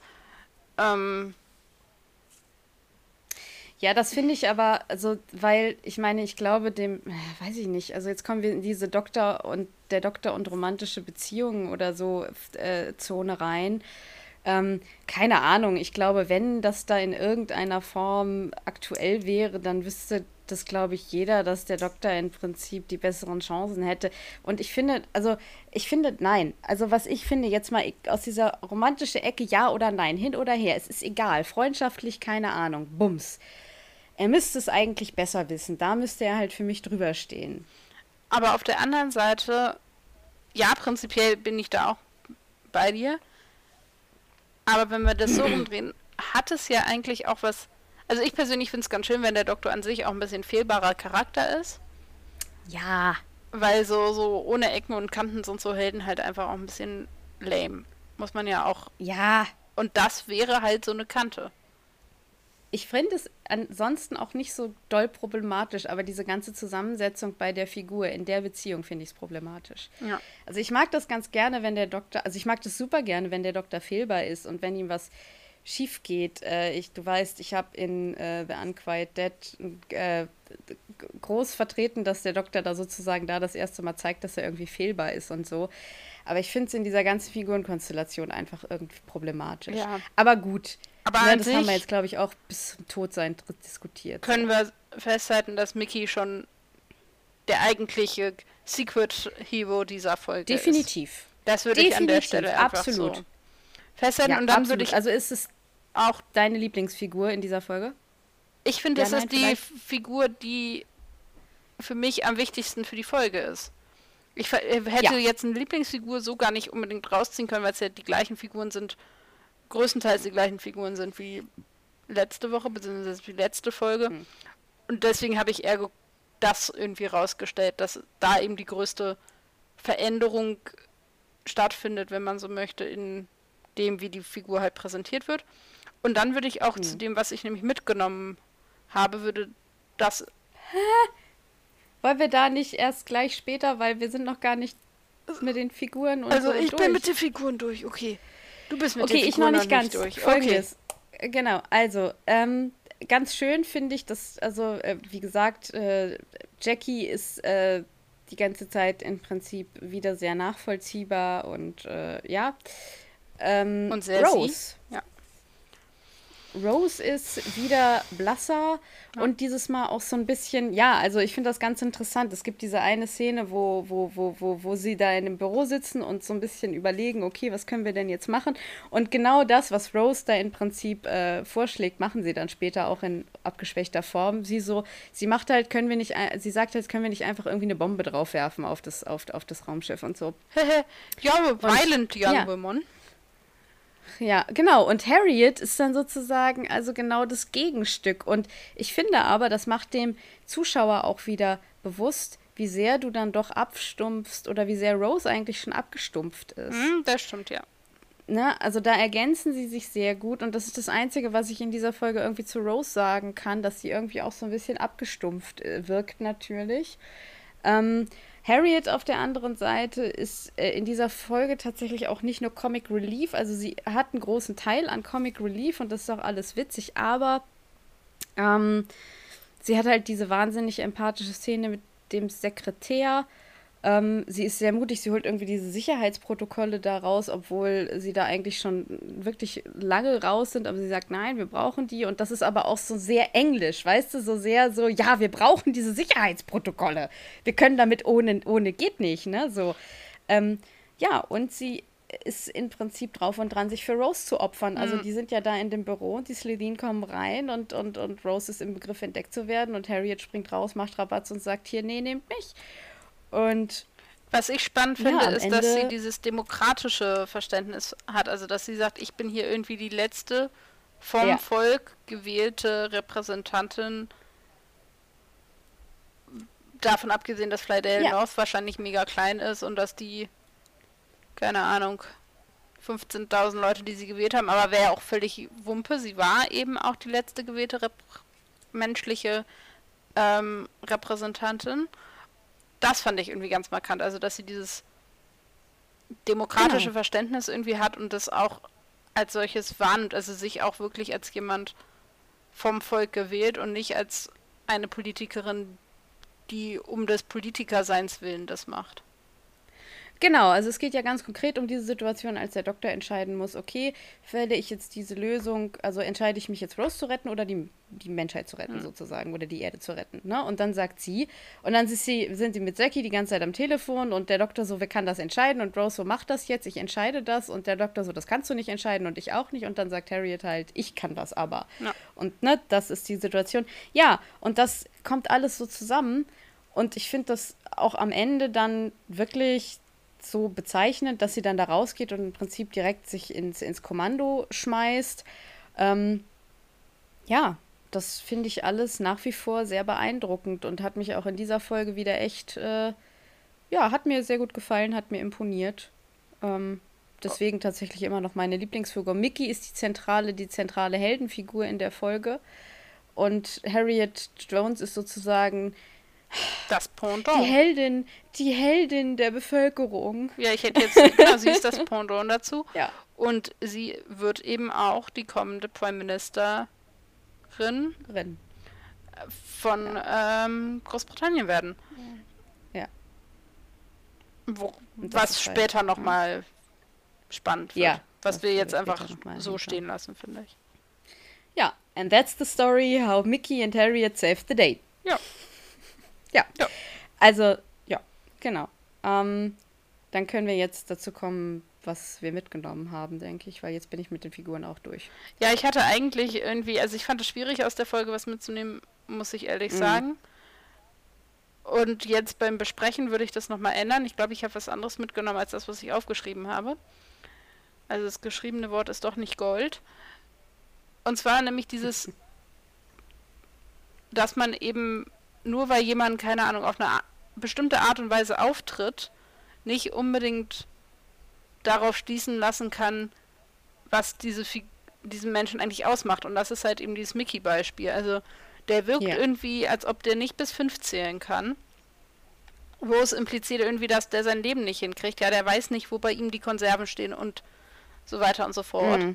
Ja, das finde ich aber, also, weil, ich meine, ich glaube weiß ich nicht, also jetzt kommen wir in diese der Doktor und romantische Beziehungen oder so Zone rein. Keine Ahnung, ich glaube, wenn das da in irgendeiner Form aktuell wäre, dann wüsste das, glaube ich, jeder, dass der Doktor im Prinzip die besseren Chancen hätte. Und ich finde, nein. Also was ich finde, jetzt mal aus dieser romantischen Ecke, ja oder nein, hin oder her, es ist egal. Freundschaftlich, keine Ahnung, Bums. Er müsste es eigentlich besser wissen. Da müsste er halt für mich drüber stehen. Aber auf der anderen Seite, ja, prinzipiell bin ich da auch bei dir. Aber wenn wir das so rumdrehen, hat es ja eigentlich auch was. Also ich persönlich finde es ganz schön, wenn der Doktor an sich auch ein bisschen fehlbarer Charakter ist. Ja. Weil so ohne Ecken und Kanten sind so Helden halt einfach auch ein bisschen lame. Muss man ja auch. Ja. Und das wäre halt so eine Kante. Ich finde es ansonsten auch nicht so doll problematisch, aber diese ganze Zusammensetzung bei der Figur in der Beziehung finde ich es problematisch. Ja. Also ich mag das ganz gerne, wenn der Doktor, also ich mag das super gerne, wenn der Doktor fehlbar ist und wenn ihm was schief geht. Du weißt, ich habe in The Unquiet Dead groß vertreten, dass der Doktor da sozusagen das erste Mal zeigt, dass er irgendwie fehlbar ist und so. Aber ich finde es in dieser ganzen Figurenkonstellation einfach irgendwie problematisch. Ja. Aber gut. Aber ja, an das sich haben wir jetzt, glaube ich, auch bis zum Todsein diskutiert. Können wir festhalten, dass Mickey schon der eigentliche Secret Hero dieser Folge Definitiv. ist. Das würde ich an der Stelle einfach absolut so festhalten. Ja, und dann absolut. würde ich also ist es auch deine Lieblingsfigur in dieser Folge? Ich finde, Ja, das nein, ist die vielleicht? Figur, die für mich am wichtigsten für die Folge ist. Ich hätte jetzt eine Lieblingsfigur so gar nicht unbedingt rausziehen können, weil es ja die gleichen Figuren sind, größtenteils die gleichen Figuren sind wie letzte Woche, beziehungsweise wie letzte Folge. Und deswegen habe ich eher das irgendwie rausgestellt, dass da eben die größte Veränderung stattfindet, wenn man so möchte, in dem, wie die Figur halt präsentiert wird. Und dann würde ich auch zu dem, was ich nämlich mitgenommen habe, würde das... Wollen wir da nicht erst gleich später, weil wir sind noch gar nicht mit den Figuren und also so ich durch. bin mit den Figuren durch, okay. Du bist mit den Okay, ich Figuren noch nicht ganz. durch. Folgendes. Genau, also, ganz schön finde ich, dass, also, wie gesagt, Jackie ist die ganze Zeit im Prinzip wieder sehr nachvollziehbar und ja. Und sehr Rose. Ja. Rose ist wieder blasser und dieses Mal auch so ein bisschen, ja, also ich finde das ganz interessant. Es gibt diese eine Szene, wo sie da in dem Büro sitzen und so ein bisschen überlegen, okay, was können wir denn jetzt machen? Und genau das, was Rose da im Prinzip vorschlägt, machen sie dann später auch in abgeschwächter Form. Sie macht halt, sie sagt halt, können wir nicht einfach irgendwie eine Bombe draufwerfen auf das Raumschiff und so. Ja, violent young woman. Ja, genau. Und Harriet ist dann sozusagen also genau das Gegenstück. Und ich finde aber, das macht dem Zuschauer auch wieder bewusst, wie sehr du dann doch abstumpfst oder wie sehr Rose eigentlich schon abgestumpft ist. Das stimmt, ja. Ne? Also da ergänzen sie sich sehr gut. Und das ist das Einzige, was ich in dieser Folge irgendwie zu Rose sagen kann, dass sie irgendwie auch so ein bisschen abgestumpft wirkt natürlich. Harriet auf der anderen Seite ist in dieser Folge tatsächlich auch nicht nur Comic Relief, also sie hat einen großen Teil an Comic Relief und das ist auch alles witzig, aber sie hat halt diese wahnsinnig empathische Szene mit dem Sekretär. Sie ist sehr mutig, sie holt irgendwie diese Sicherheitsprotokolle da raus, obwohl sie da eigentlich schon wirklich lange raus sind, aber sie sagt, nein, wir brauchen die und das ist aber auch so sehr englisch, weißt du, so sehr so, ja, wir brauchen diese Sicherheitsprotokolle, wir können damit ohne geht nicht, ne, so. Ja, und sie ist im Prinzip drauf und dran, sich für Rose zu opfern. Also die sind ja da in dem Büro und die Slitheen kommen rein und Rose ist im Begriff, entdeckt zu werden und Harriet springt raus, macht Rabatz und sagt, hier, nee, nehmt mich. Und was ich spannend finde, ist, dass sie dieses demokratische Verständnis hat. Also, dass sie sagt, ich bin hier irgendwie die letzte vom Volk gewählte Repräsentantin. Davon abgesehen, dass Flydale North wahrscheinlich mega klein ist und dass die, keine Ahnung, 15.000 Leute, die sie gewählt haben, aber wäre auch völlig Wumpe. Sie war eben auch die letzte gewählte menschliche Repräsentantin. Das fand ich irgendwie ganz markant, also dass sie dieses demokratische Verständnis irgendwie hat und das auch als solches wahrnimmt, also sich auch wirklich als jemand vom Volk gewählt und nicht als eine Politikerin, die um des Politikerseins willen das macht. Genau, also es geht ja ganz konkret um diese Situation, als der Doktor entscheiden muss, okay, wähle ich jetzt diese Lösung, also entscheide ich mich jetzt Rose zu retten oder die Menschheit zu retten sozusagen oder die Erde zu retten, ne? Und dann sagt sie, und dann sind sie mit Jackie die ganze Zeit am Telefon und der Doktor so, wer kann das entscheiden? Und Rose so, mach das jetzt, ich entscheide das und der Doktor so, das kannst du nicht entscheiden und ich auch nicht und dann sagt Harriet halt, ich kann das aber. Ja. Und ne, das ist die Situation. Ja, und das kommt alles so zusammen und ich finde das auch am Ende dann wirklich so bezeichnend, dass sie dann da rausgeht und im Prinzip direkt sich ins Kommando schmeißt. Ja, das finde ich alles nach wie vor sehr beeindruckend und hat mich auch in dieser Folge wieder echt, hat mir sehr gut gefallen, hat mir imponiert. Deswegen tatsächlich immer noch meine Lieblingsfigur. Mickey ist die zentrale Heldenfigur in der Folge und Harriet Jones ist sozusagen das Pendant. Die Heldin der Bevölkerung. Ja, ich hätte jetzt, genau, sie ist das Pendant dazu. Ja. Und sie wird eben auch die kommende Prime Ministerin von Großbritannien werden. Ja. Was später halt nochmal spannend wird. Ja, was wir jetzt einfach so stehen lassen, finde ich. Ja, and that's the story how Mickey and Harriet saved the day. Ja. Ja, also, ja, genau. Dann können wir jetzt dazu kommen, was wir mitgenommen haben, denke ich, weil jetzt bin ich mit den Figuren auch durch. Ja, ich hatte eigentlich irgendwie, also ich fand es schwierig aus der Folge was mitzunehmen, muss ich ehrlich sagen. Und jetzt beim Besprechen würde ich das nochmal ändern. Ich glaube, ich habe was anderes mitgenommen als das, was ich aufgeschrieben habe. Also das geschriebene Wort ist doch nicht Gold. Und zwar nämlich dieses, dass man eben nur weil jemand, keine Ahnung, auf eine bestimmte Art und Weise auftritt, nicht unbedingt darauf schließen lassen kann, was diesen Menschen eigentlich ausmacht. Und das ist halt eben dieses Mickey-Beispiel. Also der wirkt irgendwie, als ob der nicht bis 5 zählen kann. Wo es impliziert irgendwie, dass der sein Leben nicht hinkriegt. Ja, der weiß nicht, wo bei ihm die Konserven stehen und so weiter und so fort. Mhm.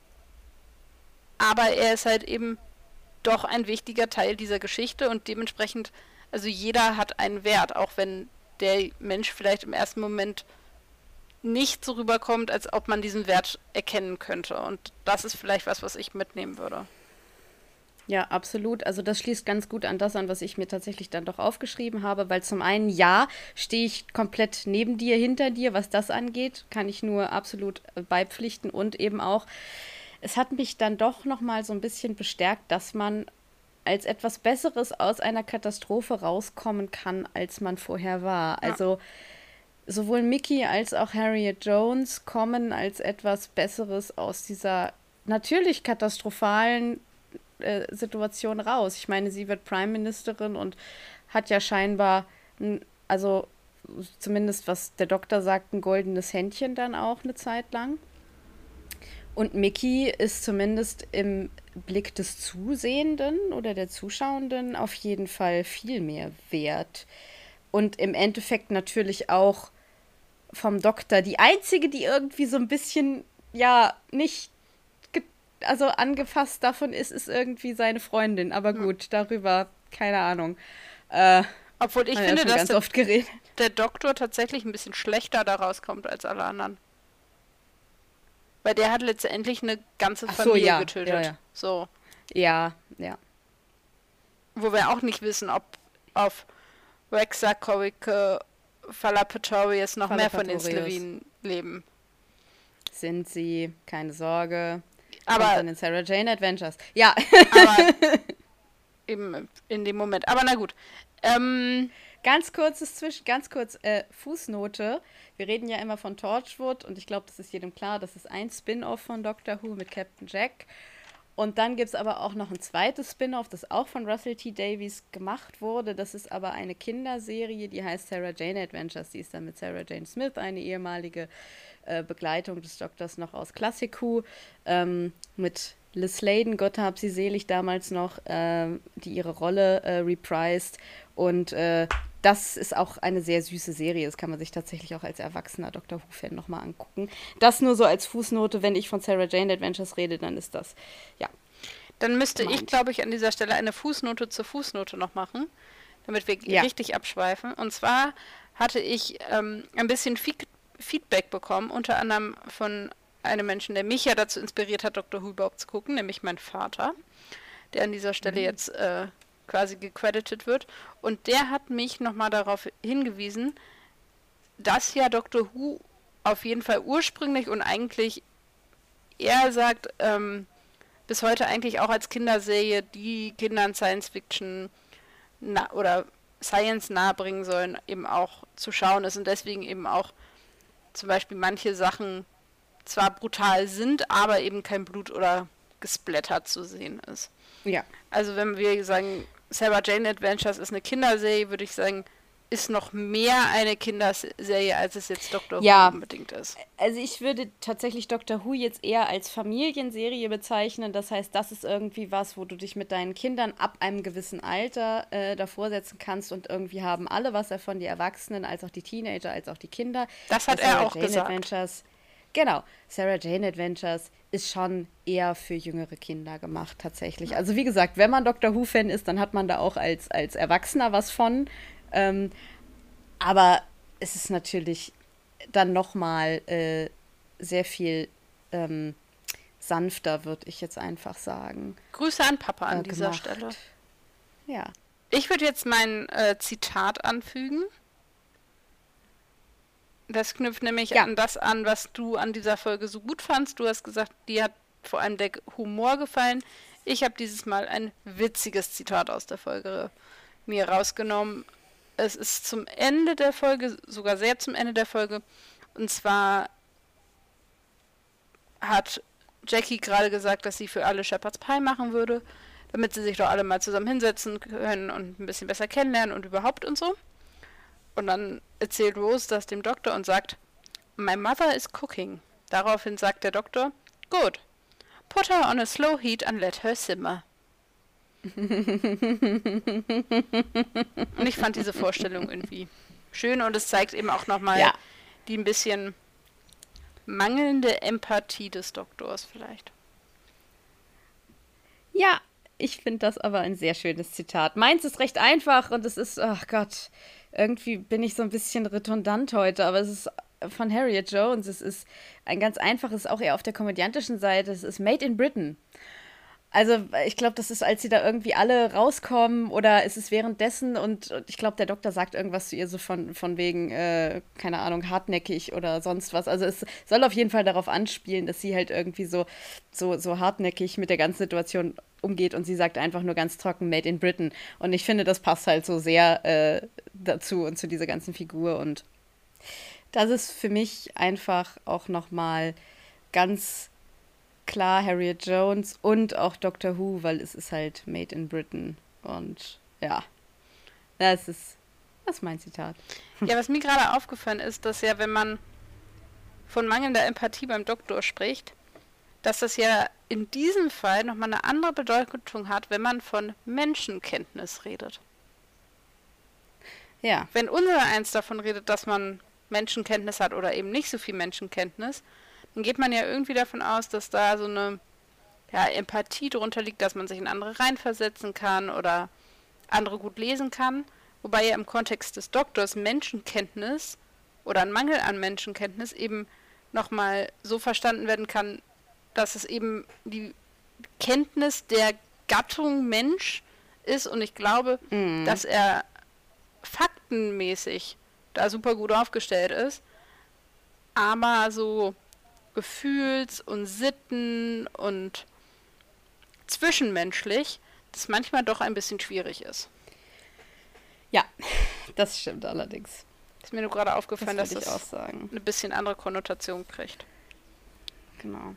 Aber er ist halt eben doch ein wichtiger Teil dieser Geschichte und dementsprechend, also jeder hat einen Wert, auch wenn der Mensch vielleicht im ersten Moment nicht so rüberkommt, als ob man diesen Wert erkennen könnte. Und das ist vielleicht was ich mitnehmen würde. Ja, absolut. Also das schließt ganz gut an das an, was ich mir tatsächlich dann doch aufgeschrieben habe, weil zum einen, ja, stehe ich komplett neben dir, hinter dir, was das angeht, kann ich nur absolut beipflichten und eben auch, es hat mich dann doch noch mal so ein bisschen bestärkt, dass man als etwas Besseres aus einer Katastrophe rauskommen kann, als man vorher war. Ja. Also sowohl Mickey als auch Harriet Jones kommen als etwas Besseres aus dieser natürlich katastrophalen Situation raus. Ich meine, sie wird Prime Ministerin und hat ja scheinbar, also zumindest was der Doktor sagt, ein goldenes Händchen dann auch eine Zeit lang. Und Mickey ist zumindest im Blick des Zusehenden oder der Zuschauenden auf jeden Fall viel mehr wert. Und im Endeffekt natürlich auch vom Doktor die einzige, die irgendwie so ein bisschen, ja, nicht also angefasst davon ist irgendwie seine Freundin. Aber gut, darüber, keine Ahnung. Obwohl ich Haben wir finde, schon dass ganz oft geredet. der Doktor tatsächlich ein bisschen schlechter da rauskommt als alle anderen. Weil der hat letztendlich eine ganze Ach so, Familie ja, getötet. ja, ja. So. Ja, ja. Wo wir auch nicht wissen, ob auf Wexacoique Falapatorius noch mehr von den Falapatorius. Slevinen leben. Sind sie, keine Sorge. Aber- Kommt dann in Sarah Jane Adventures. Ja, Aber eben in dem Moment. Aber na gut. ganz kurz, Fußnote. Wir reden ja immer von Torchwood und ich glaube, das ist jedem klar, das ist ein Spin-off von Doctor Who mit Captain Jack. Und dann gibt es aber auch noch ein zweites Spin-off, das auch von Russell T. Davies gemacht wurde. Das ist aber eine Kinderserie, die heißt Sarah Jane Adventures. Die ist dann mit Sarah Jane Smith, eine ehemalige Begleitung des Doktors noch aus Classic Who, mit Liz Sladen, Gott hab sie selig damals noch, die ihre Rolle reprised. Und das ist auch eine sehr süße Serie. Das kann man sich tatsächlich auch als erwachsener Doctor Who-Fan nochmal angucken. Das nur so als Fußnote, wenn ich von Sarah Jane Adventures rede, dann ist das, ja. Dann müsste ich, gemeint. glaube ich, an dieser Stelle eine Fußnote zur Fußnote noch machen, damit wir Ja. richtig abschweifen. Und zwar hatte ich ein bisschen Feedback bekommen, unter anderem von einem Menschen, der mich ja dazu inspiriert hat, Doctor Who überhaupt zu gucken, nämlich mein Vater, der an dieser Stelle jetzt quasi gecredited wird. Und der hat mich nochmal darauf hingewiesen, dass ja Doctor Who auf jeden Fall ursprünglich und eigentlich, er sagt, bis heute eigentlich auch als Kinderserie, die Kindern Science Fiction oder Science nahebringen sollen, eben auch zu schauen ist und deswegen eben auch zum Beispiel manche Sachen zwar brutal sind, aber eben kein Blut oder Gesplattert zu sehen ist. Ja. Also wenn wir sagen, Sarah Jane Adventures ist eine Kinderserie, würde ich sagen, ist noch mehr eine Kinderserie, als es jetzt Doctor Ja. Who unbedingt ist. Also ich würde tatsächlich Doctor Who jetzt eher als Familienserie bezeichnen. Das heißt, das ist irgendwie was, wo du dich mit deinen Kindern ab einem gewissen Alter davor setzen kannst und irgendwie haben alle was davon, die Erwachsenen, als auch die Teenager, als auch die Kinder. Das hat Bei er Sarah auch Jane gesagt. Adventures, genau, Sarah Jane Adventures ist schon eher für jüngere Kinder gemacht, tatsächlich. Also wie gesagt, wenn man Doctor Who-Fan ist, dann hat man da auch als Erwachsener was von. Aber es ist natürlich dann nochmal sehr viel sanfter, würde ich jetzt einfach sagen. Grüße an Papa an dieser gemacht. Stelle. Ja. Ich würde jetzt mein Zitat anfügen. Das knüpft nämlich Ja. an das an, was du an dieser Folge so gut fandst. Du hast gesagt, dir hat vor allem der Humor gefallen. Ich habe dieses Mal ein witziges Zitat aus der Folge mir rausgenommen. es ist zum Ende der Folge, sogar sehr zum Ende der Folge. Und zwar hat Jackie gerade gesagt, dass sie für alle Shepherd's Pie machen würde, damit sie sich doch alle mal zusammen hinsetzen können und ein bisschen besser kennenlernen und überhaupt und so. Und dann erzählt Rose das dem Doktor und sagt, My mother is cooking. Daraufhin sagt der Doktor, Good. Put her on a slow heat and let her simmer. Und ich fand diese Vorstellung irgendwie schön und es zeigt eben auch nochmal die ein bisschen mangelnde Empathie des Doktors vielleicht. Ja, ich finde das aber ein sehr schönes Zitat. Meins ist recht einfach und es ist, ach Gott, irgendwie bin ich so ein bisschen redundant heute, aber es ist von Harriet Jones. Es ist ein ganz einfaches, auch eher auf der komödiantischen Seite. Es ist Made in Britain. Also ich glaube, das ist, als sie da irgendwie alle rauskommen oder ist es währenddessen und ich glaube, der Doktor sagt irgendwas zu ihr so von wegen, keine Ahnung, hartnäckig oder sonst was. Also es soll auf jeden Fall darauf anspielen, dass sie halt irgendwie so hartnäckig mit der ganzen Situation umgeht und sie sagt einfach nur ganz trocken Made in Britain. Und ich finde, das passt halt so sehr dazu und zu dieser ganzen Figur und das ist für mich einfach auch nochmal ganz klar Harriet Jones und auch Doctor Who, weil es ist halt Made in Britain. Und ja, das ist mein Zitat. Ja, was mir gerade aufgefallen ist, dass ja, wenn man von mangelnder Empathie beim Doktor spricht, dass das ja in diesem Fall nochmal eine andere Bedeutung hat, wenn man von Menschenkenntnis redet. Ja. Wenn unser eins davon redet, dass man Menschenkenntnis hat oder eben nicht so viel Menschenkenntnis, dann geht man ja irgendwie davon aus, dass da so eine Empathie drunter liegt, dass man sich in andere reinversetzen kann oder andere gut lesen kann. Wobei ja im Kontext des Doktors Menschenkenntnis oder ein Mangel an Menschenkenntnis eben nochmal so verstanden werden kann, dass es eben die Kenntnis der Gattung Mensch ist und ich glaube, dass er faktenmäßig da super gut aufgestellt ist, aber so Gefühls- und Sitten und zwischenmenschlich, das manchmal doch ein bisschen schwierig ist. Ja, das stimmt allerdings. Ist mir nur gerade aufgefallen, dass das das eine bisschen andere Konnotation kriegt. Genau.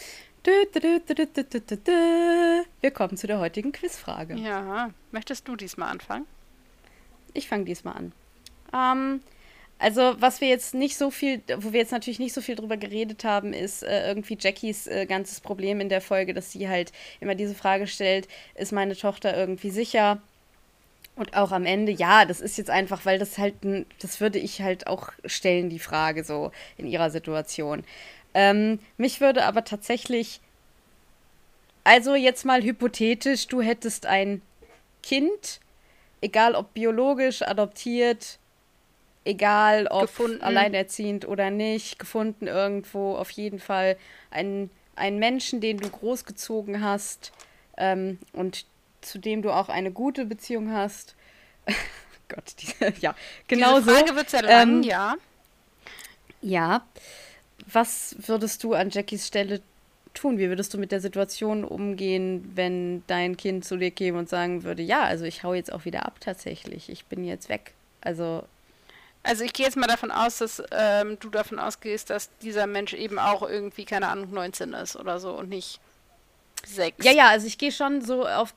Wir kommen zu der heutigen Quizfrage. Ja, möchtest du diesmal anfangen? Ich fange diesmal an. Also, was wir jetzt nicht so viel, wo wir jetzt natürlich nicht so viel drüber geredet haben, ist irgendwie Jackies ganzes Problem in der Folge, dass sie halt immer diese Frage stellt, ist meine Tochter irgendwie sicher? Und auch am Ende, ja, das ist jetzt einfach, weil das halt, das würde ich halt auch stellen, die Frage so in ihrer Situation. Mich würde aber tatsächlich, also jetzt mal hypothetisch, du hättest ein Kind, egal ob biologisch, adoptiert, egal ob Gefunden. Alleinerziehend oder nicht, gefunden irgendwo, auf jeden Fall einen Menschen, den du großgezogen hast und zu dem du auch eine gute Beziehung hast. Gott, ja, genau so. Diese Frage wird sehr lang, ja. Ja, was würdest du an Jackies Stelle tun? Wie würdest du mit der Situation umgehen, wenn dein Kind zu dir käme und sagen würde, ja, also ich hau jetzt auch wieder ab tatsächlich, ich bin jetzt weg. Also ich gehe jetzt mal davon aus, dass du davon ausgehst, dass dieser Mensch eben auch irgendwie, keine Ahnung, 19 ist oder so und nicht 6. Ja, also ich gehe schon so auf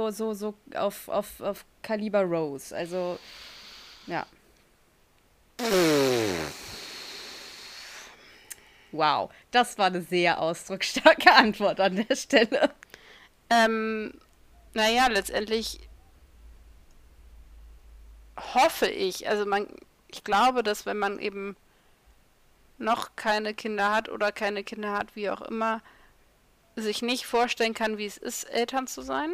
auf Kaliber Rose. Also, ja. Wow, das war eine sehr ausdrucksstarke Antwort an der Stelle. Naja, letztendlich hoffe ich, ich glaube, dass wenn man eben noch keine Kinder hat oder keine Kinder hat, wie auch immer, sich nicht vorstellen kann, wie es ist, Eltern zu sein.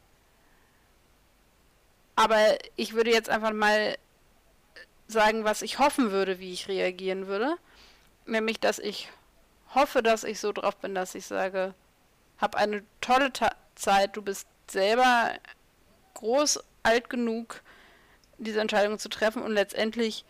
Aber ich würde jetzt einfach mal sagen, was ich hoffen würde, wie ich reagieren würde. Nämlich, dass ich hoffe, dass ich so drauf bin, dass ich sage, hab eine tolle Zeit, du bist selber groß, alt genug, diese Entscheidung zu treffen und letztendlich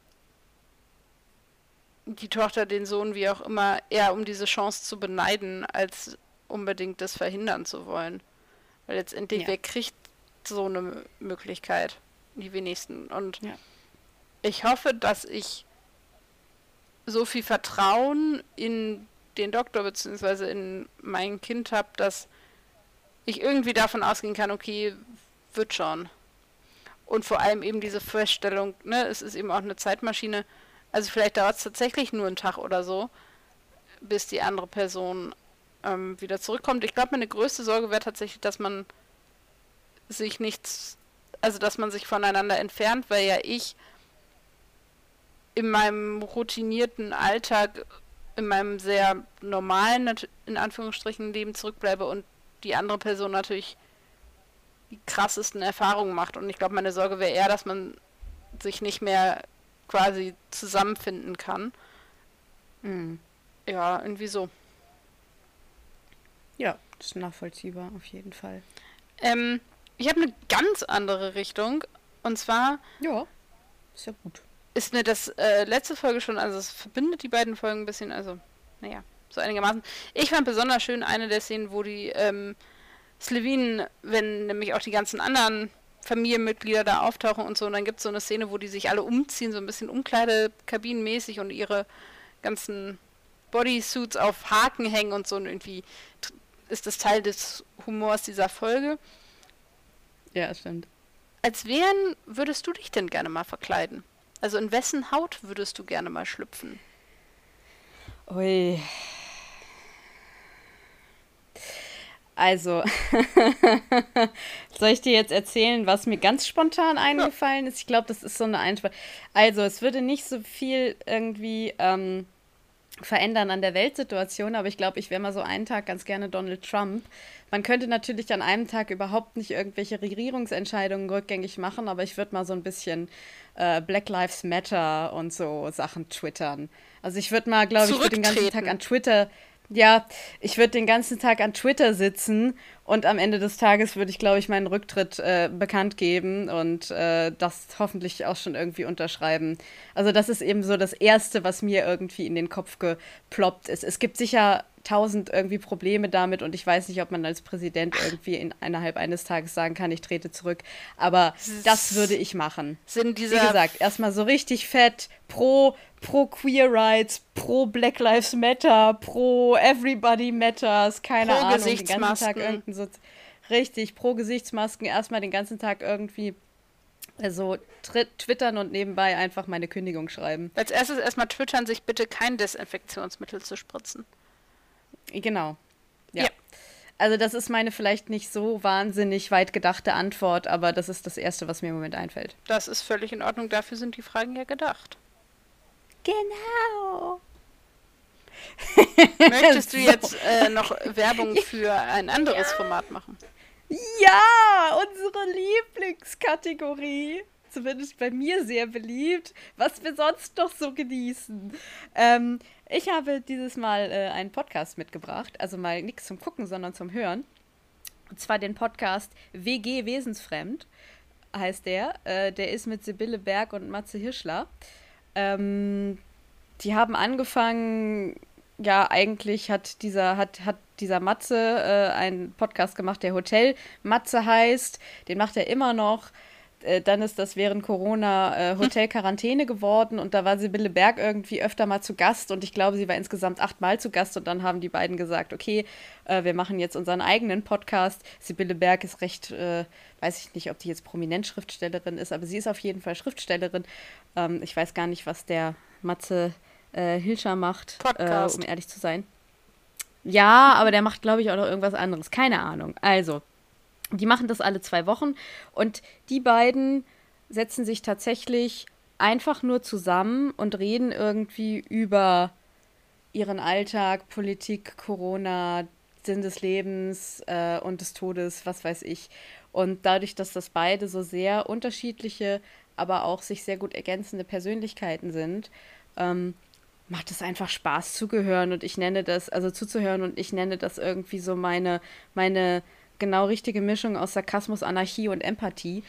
die Tochter, den Sohn, wie auch immer, eher um diese Chance zu beneiden, als unbedingt das verhindern zu wollen. Weil letztendlich, wer kriegt so eine Möglichkeit? die wenigsten. Und Ja. ich hoffe, dass ich so viel Vertrauen in den Doktor bzw. in mein Kind habe, dass ich irgendwie davon ausgehen kann, okay, wird schon. Und vor allem eben diese Feststellung, ne, es ist eben auch eine Zeitmaschine. Also vielleicht dauert es tatsächlich nur einen Tag oder so, bis die andere Person wieder zurückkommt. Ich glaube, meine größte Sorge wäre tatsächlich, dass man sich nichts, also dass man sich voneinander entfernt, weil ja ich in meinem routinierten Alltag, in meinem sehr normalen, in Anführungsstrichen, Leben zurückbleibe und die andere Person natürlich die krassesten Erfahrungen macht. Und ich glaube, meine Sorge wäre eher, dass man sich nicht mehr quasi zusammenfinden kann. Mhm. Ja, irgendwie so. Ja, das ist nachvollziehbar, auf jeden Fall. Ich habe eine ganz andere Richtung. Und zwar Ja, ist ja gut. ist mir das letzte Folge schon, also es verbindet die beiden Folgen ein bisschen, also, naja, so einigermaßen. Ich fand besonders schön eine der Szenen, wo die Slevinen, wenn nämlich auch die ganzen anderen Familienmitglieder da auftauchen und so, und dann gibt es so eine Szene, wo die sich alle umziehen, so ein bisschen umkleidekabinenmäßig und ihre ganzen Bodysuits auf Haken hängen und so, und irgendwie ist das Teil des Humors dieser Folge. Ja, stimmt. Als wen würdest du dich denn gerne mal verkleiden? Also in wessen Haut würdest du gerne mal schlüpfen? Ui. Also, soll ich dir jetzt erzählen, was mir ganz spontan eingefallen ist? Ich glaube, das ist so eine Einfall. Also, es würde nicht so viel irgendwie verändern an der Weltsituation, aber ich glaube, ich wäre mal so einen Tag ganz gerne Donald Trump. Man könnte natürlich an einem Tag überhaupt nicht irgendwelche Regierungsentscheidungen rückgängig machen, aber ich würde mal so ein bisschen Black Lives Matter und so Sachen twittern. Also ich würde mal, glaube ich, für den ganzen Tag an Twitter, ja, ich würde den ganzen Tag an Twitter sitzen und am Ende des Tages würde ich, glaube ich, meinen Rücktritt bekannt geben und das hoffentlich auch schon irgendwie unterschreiben. Also das ist eben so das Erste, was mir irgendwie in den Kopf geploppt ist. Es gibt sicher 1000 irgendwie Probleme damit und ich weiß nicht, ob man als Präsident irgendwie innerhalb eines Tages sagen kann, ich trete zurück. Aber das würde ich machen. Wie gesagt, erstmal so richtig fett pro Queer Rights, pro Black Lives Matter, pro Everybody Matters, keine pro Ahnung, den ganzen Tag irgendein so richtig pro Gesichtsmasken, erstmal den ganzen Tag irgendwie so twittern und nebenbei einfach meine Kündigung schreiben. Als erstes erstmal twittern, sich bitte kein Desinfektionsmittel zu spritzen. Genau. Ja. Also das ist meine vielleicht nicht so wahnsinnig weit gedachte Antwort, aber das ist das Erste, was mir im Moment einfällt. Das ist völlig in Ordnung, dafür sind die Fragen ja gedacht. Genau. Möchtest du jetzt noch Werbung für ein anderes Format machen? Ja, unsere Lieblingskategorie. Zumindest bei mir sehr beliebt, was wir sonst noch so genießen. Ich habe dieses Mal einen Podcast mitgebracht, also mal nichts zum Gucken, sondern zum Hören. Und zwar den Podcast WG Wesensfremd heißt der. Der ist mit Sibylle Berg und Matze Hirschler. Die haben angefangen, ja, eigentlich hat dieser Matze einen Podcast gemacht, der Hotel Matze heißt. Den macht er immer noch. Dann ist das während Corona Hotel-Quarantäne geworden und da war Sibylle Berg irgendwie öfter mal zu Gast und ich glaube, sie war insgesamt 8 Mal zu Gast und dann haben die beiden gesagt, okay, wir machen jetzt unseren eigenen Podcast. Sibylle Berg ist recht, weiß ich nicht, ob die jetzt prominent Schriftstellerin ist, aber sie ist auf jeden Fall Schriftstellerin. Ich weiß gar nicht, was der Matze Hilscher macht, um ehrlich zu sein. Ja, aber der macht, glaube ich, auch noch irgendwas anderes. Keine Ahnung. Also, die machen das alle 2 Wochen und die beiden setzen sich tatsächlich einfach nur zusammen und reden irgendwie über ihren Alltag, Politik, Corona, Sinn des Lebens und des Todes, was weiß ich. Und dadurch, dass das beide so sehr unterschiedliche, aber auch sich sehr gut ergänzende Persönlichkeiten sind, macht es einfach Spaß zuzuhören und ich nenne das irgendwie so meine genau richtige Mischung aus Sarkasmus, Anarchie und Empathie.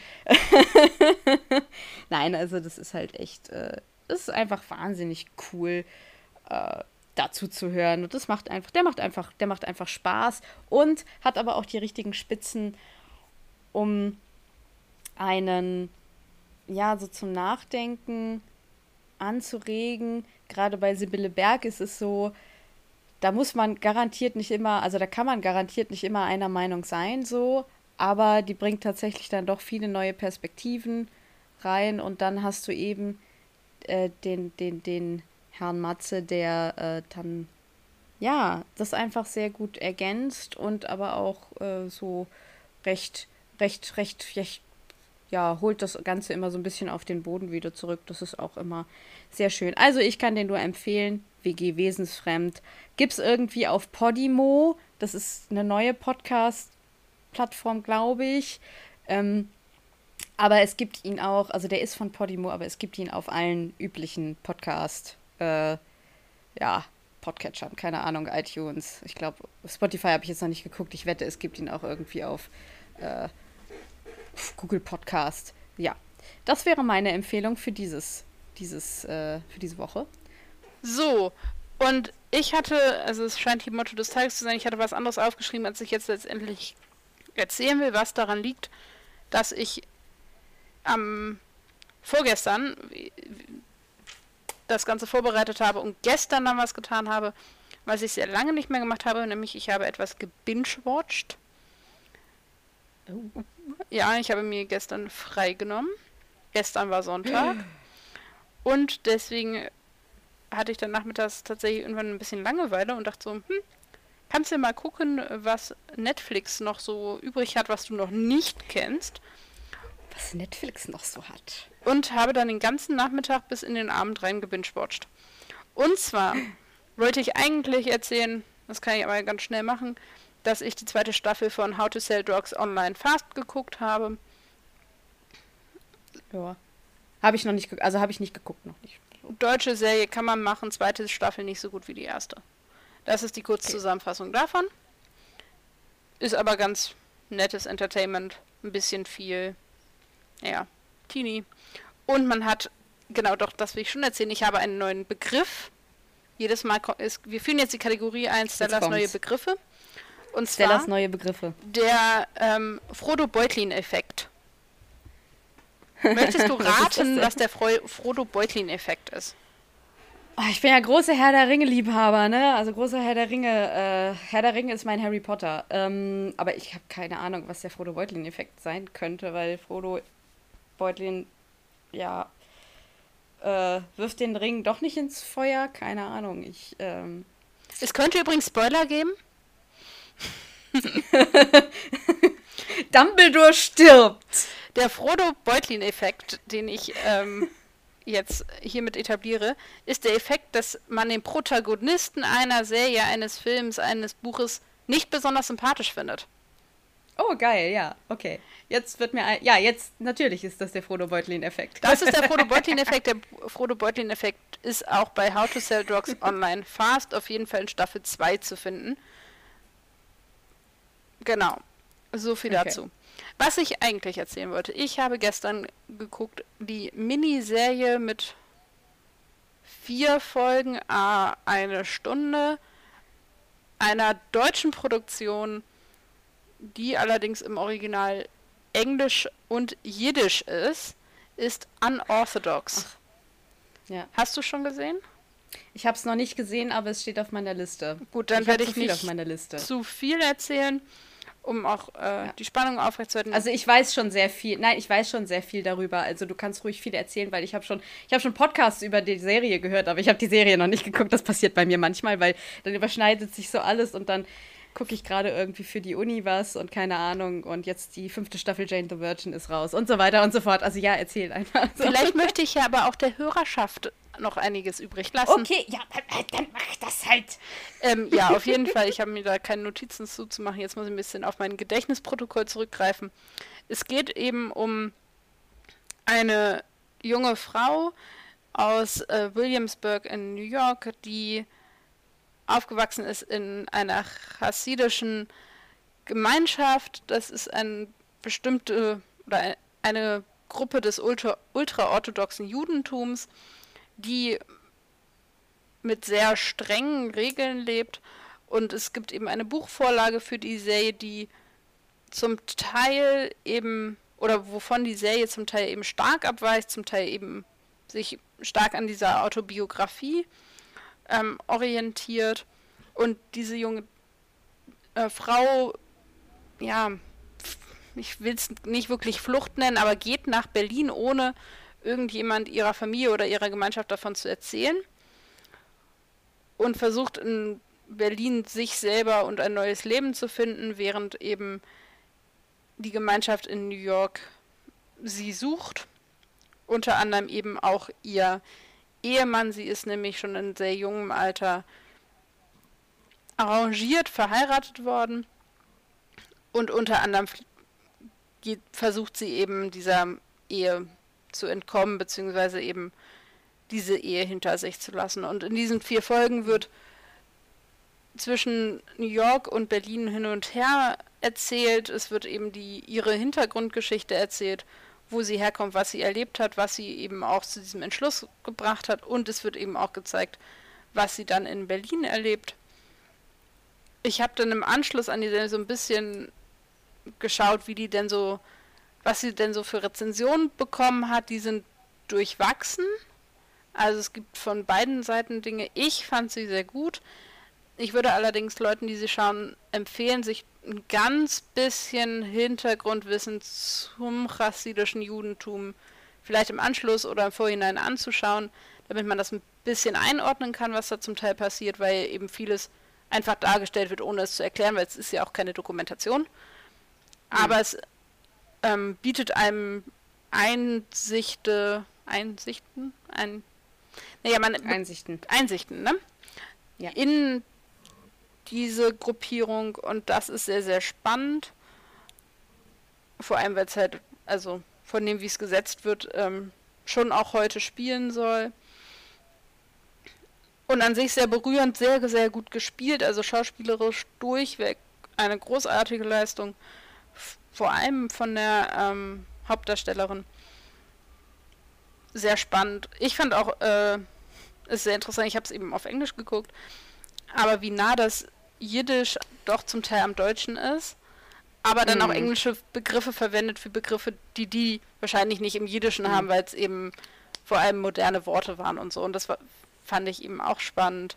Nein, also das ist halt echt, das ist einfach wahnsinnig cool, dazu zu hören. Und der macht einfach Spaß und hat aber auch die richtigen Spitzen, um einen ja, so zum Nachdenken anzuregen. Gerade bei Sibylle Berg ist es so, da muss man garantiert nicht immer, also da kann man garantiert nicht immer einer Meinung sein, so, aber die bringt tatsächlich dann doch viele neue Perspektiven rein und dann hast du eben den Herrn Matze, der dann, ja, das einfach sehr gut ergänzt und aber auch so recht, recht, ja, holt das Ganze immer so ein bisschen auf den Boden wieder zurück. Das ist auch immer sehr schön. Also ich kann den nur empfehlen. WG Wesensfremd. Gibt's irgendwie auf Podimo. Das ist eine neue Podcast-Plattform, glaube ich. Aber es gibt ihn auch, also der ist von Podimo, aber es gibt ihn auf allen üblichen ja, Podcatchern, keine Ahnung, iTunes. Ich glaube, Spotify habe ich jetzt noch nicht geguckt. Ich wette, es gibt ihn auch irgendwie auf Google Podcast. Ja, das wäre meine Empfehlung für für diese Woche. So, und ich hatte, also es scheint hier Motto des Tages zu sein, ich hatte was anderes aufgeschrieben, als ich jetzt letztendlich erzählen will, was daran liegt, dass ich vorgestern das Ganze vorbereitet habe und gestern dann was getan habe, was ich sehr lange nicht mehr gemacht habe, nämlich ich habe etwas gebingewatcht. Oh. Ja, ich habe mir gestern frei genommen. Gestern war Sonntag. Und deswegen hatte ich dann nachmittags tatsächlich irgendwann ein bisschen Langeweile und dachte so, kannst du mal gucken, was Netflix noch so übrig hat, was du noch nicht kennst. Was Netflix noch so hat. Und habe dann den ganzen Nachmittag bis in den Abend rein gebingewatcht. Und zwar wollte ich eigentlich erzählen, das kann ich aber ganz schnell machen, dass ich die zweite Staffel von How to Sell Drugs Online Fast geguckt habe. Ja. Habe ich noch nicht geguckt, also habe ich nicht geguckt, noch nicht. Deutsche Serie kann man machen, zweite Staffel nicht so gut wie die erste. Das ist die Kurzzusammenfassung davon. Ist aber ganz nettes Entertainment, ein bisschen viel, ja, Teenie. Und man hat, genau, doch, das will ich schon erzählen, ich habe einen neuen Begriff. Jedes Mal wir führen jetzt die Kategorie ein, Stellas neue Begriffe. Und zwar Stellas neue Begriffe. Der Frodo-Beutlin-Effekt. Möchtest du raten, was der Frodo-Beutlin-Effekt ist? Oh, ich bin ja großer Herr der Ringe-Liebhaber, ne? Also großer Herr der Ringe. Herr der Ringe ist mein Harry Potter. Aber ich habe keine Ahnung, was der Frodo-Beutlin-Effekt sein könnte, weil Frodo Beutlin, ja, wirft den Ring doch nicht ins Feuer. Keine Ahnung. Es könnte übrigens Spoiler geben. Dumbledore stirbt. Der Frodo-Beutlin-Effekt, den ich jetzt hiermit etabliere, ist der Effekt, dass man den Protagonisten einer Serie, eines Films, eines Buches nicht besonders sympathisch findet. Oh, geil, ja, okay. Jetzt wird mir ja, jetzt, natürlich ist das der Frodo-Beutlin-Effekt. Das ist der Frodo-Beutlin-Effekt. Der Frodo-Beutlin-Effekt ist auch bei How to Sell Drugs Online Fast auf jeden Fall in Staffel 2 zu finden. Genau. So viel dazu. Was ich eigentlich erzählen wollte. Ich habe gestern geguckt, die Miniserie mit 4 Folgen, eine Stunde, einer deutschen Produktion, die allerdings im Original Englisch und Jiddisch ist Unorthodox. Ach, ja. Hast du schon gesehen? Ich habe es noch nicht gesehen, aber es steht auf meiner Liste. Gut, dann werde ich nicht nicht zu viel erzählen, um auch die Spannung aufrechtzuerhalten. Also ich weiß schon sehr viel. Nein, ich weiß schon sehr viel darüber. Also du kannst ruhig viel erzählen, weil ich habe schon Podcasts über die Serie gehört, aber ich habe die Serie noch nicht geguckt. Das passiert bei mir manchmal, weil dann überschneidet sich so alles und dann gucke ich gerade irgendwie für die Uni was und keine Ahnung und jetzt die 5. Staffel Jane the Virgin ist raus und so weiter und so fort. Also ja, erzähl einfach. So. Vielleicht möchte ich ja aber auch der Hörerschaft noch einiges übrig lassen. Okay, ja, dann mach das halt. Ja, auf jeden Fall. Ich habe mir da keine Notizen zu machen. Jetzt muss ich ein bisschen auf mein Gedächtnisprotokoll zurückgreifen. Es geht eben um eine junge Frau aus Williamsburg in New York, die aufgewachsen ist in einer chassidischen Gemeinschaft. Das ist eine bestimmte oder eine Gruppe des ultraorthodoxen Judentums, die mit sehr strengen Regeln lebt. Und es gibt eben eine Buchvorlage für die Serie, die zum Teil eben oder wovon die Serie zum Teil eben stark abweicht, zum Teil eben sich stark an dieser Autobiografie orientiert. Und diese junge Frau, ja, ich will es nicht wirklich Flucht nennen, aber geht nach Berlin, ohne irgendjemand ihrer Familie oder ihrer Gemeinschaft davon zu erzählen. Und versucht in Berlin sich selber und ein neues Leben zu finden, während eben die Gemeinschaft in New York sie sucht. Unter anderem eben auch ihr Ehemann. Sie ist nämlich schon in sehr jungem Alter arrangiert, verheiratet worden. Und unter anderem versucht sie eben dieser Ehe zu entkommen, beziehungsweise eben diese Ehe hinter sich zu lassen. Und in diesen 4 Folgen wird zwischen New York und Berlin hin und her erzählt. Es wird eben ihre Hintergrundgeschichte erzählt, wo sie herkommt, was sie erlebt hat, was sie eben auch zu diesem Entschluss gebracht hat. Und es wird eben auch gezeigt, was sie dann in Berlin erlebt. Ich habe dann im Anschluss an die Serie so ein bisschen geschaut, was sie denn so für Rezensionen bekommen hat. Die sind durchwachsen. Also es gibt von beiden Seiten Dinge. Ich fand sie sehr gut. Ich würde allerdings Leuten, die sie schauen, empfehlen, sich ein ganz bisschen Hintergrundwissen zum chassidischen Judentum vielleicht im Anschluss oder im Vorhinein anzuschauen, damit man das ein bisschen einordnen kann, was da zum Teil passiert, weil eben vieles einfach dargestellt wird, ohne es zu erklären, weil es ist ja auch keine Dokumentation. Aber es bietet einem Einsichten, ne? Ja. In diese Gruppierung, und das ist sehr, sehr spannend. Vor allem, weil es halt, also von dem, wie es gesetzt wird, schon auch heute spielen soll. Und an sich sehr berührend, sehr, sehr gut gespielt, also schauspielerisch durchweg eine großartige Leistung, vor allem von der Hauptdarstellerin. Sehr spannend. Ich fand auch, ist sehr interessant, ich habe es eben auf Englisch geguckt, aber wie nah das Jiddisch doch zum Teil am Deutschen ist, aber dann auch englische Begriffe verwendet für Begriffe, die wahrscheinlich nicht im Jiddischen haben, weil es eben vor allem moderne Worte waren und so. Und das fand ich eben auch spannend.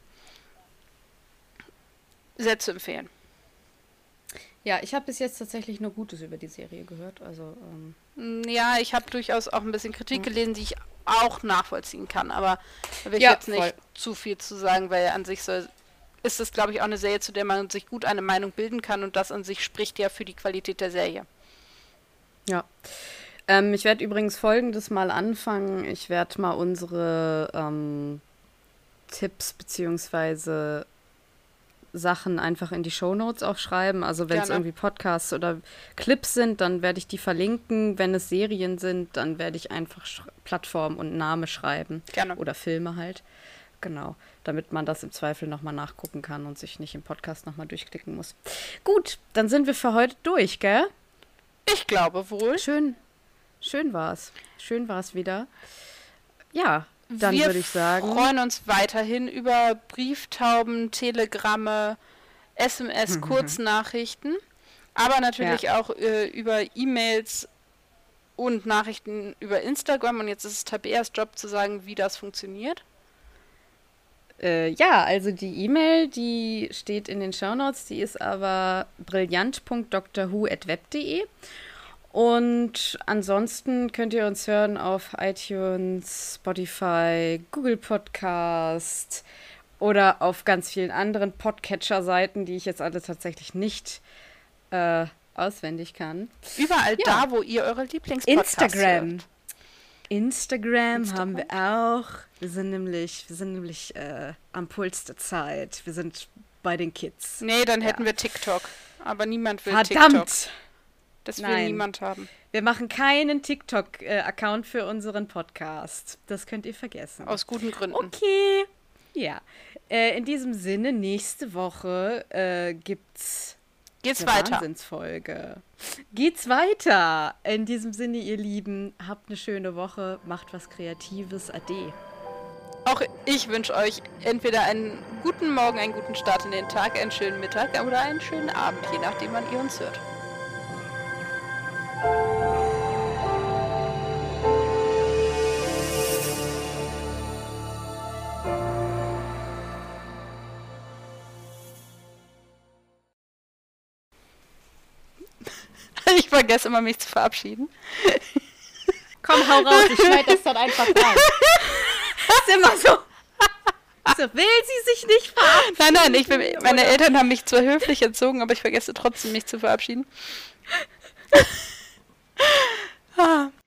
Sehr zu empfehlen. Ja, ich habe bis jetzt tatsächlich nur Gutes über die Serie gehört. Also, ja, ich habe durchaus auch ein bisschen Kritik gelesen, die ich auch nachvollziehen kann. Aber da will ich jetzt nicht zu viel zu sagen, weil an sich ist das, glaube ich, auch eine Serie, zu der man sich gut eine Meinung bilden kann. Und das an sich spricht ja für die Qualität der Serie. Ja. Ich werde übrigens Folgendes mal anfangen. Ich werde mal unsere Tipps beziehungsweise Sachen einfach in die Shownotes auch schreiben. Also wenn es irgendwie Podcasts oder Clips sind, dann werde ich die verlinken. Wenn es Serien sind, dann werde ich einfach Plattform und Name schreiben. Gerne. Oder Filme halt. Genau. Damit man das im Zweifel nochmal nachgucken kann und sich nicht im Podcast nochmal durchklicken muss. Gut, dann sind wir für heute durch, gell? Ich glaube wohl. Schön war's. Schön war's wieder. Ja, dann würde ich sagen. Wir freuen uns weiterhin über Brieftauben, Telegramme, SMS, Kurznachrichten, aber natürlich auch über E-Mails und Nachrichten über Instagram. Und jetzt ist es Tabeas Job zu sagen, wie das funktioniert. Ja, also die E-Mail, die steht in den Shownotes, die ist aber brillant.drwho@web.de. Und ansonsten könnt ihr uns hören auf iTunes, Spotify, Google Podcast oder auf ganz vielen anderen Podcatcher-Seiten, die ich jetzt alle tatsächlich nicht auswendig kann. Überall da, wo ihr eure Lieblingspodcasts hört. Instagram haben wir auch. Wir sind nämlich am Puls der Zeit. Wir sind bei den Kids. Nee, dann hätten wir TikTok. Aber niemand will TikTok. Verdammt! Das will niemand haben. Wir machen keinen TikTok-Account für unseren Podcast. Das könnt ihr vergessen. Aus guten Gründen. Okay. Ja. In diesem Sinne, nächste Woche geht's weiter. Wahnsinnsfolge. Geht's weiter. In diesem Sinne, ihr Lieben, habt eine schöne Woche, macht was Kreatives. Ade. Auch ich wünsche euch entweder einen guten Morgen, einen guten Start in den Tag, einen schönen Mittag oder einen schönen Abend, je nachdem, wann ihr uns hört. vergesse immer, mich zu verabschieden. Komm, hau raus, ich schneide das dann einfach rein. Ist immer so. So, will sie sich nicht verabschieden? Nein, meine Eltern haben mich zwar höflich erzogen, aber ich vergesse trotzdem, mich zu verabschieden.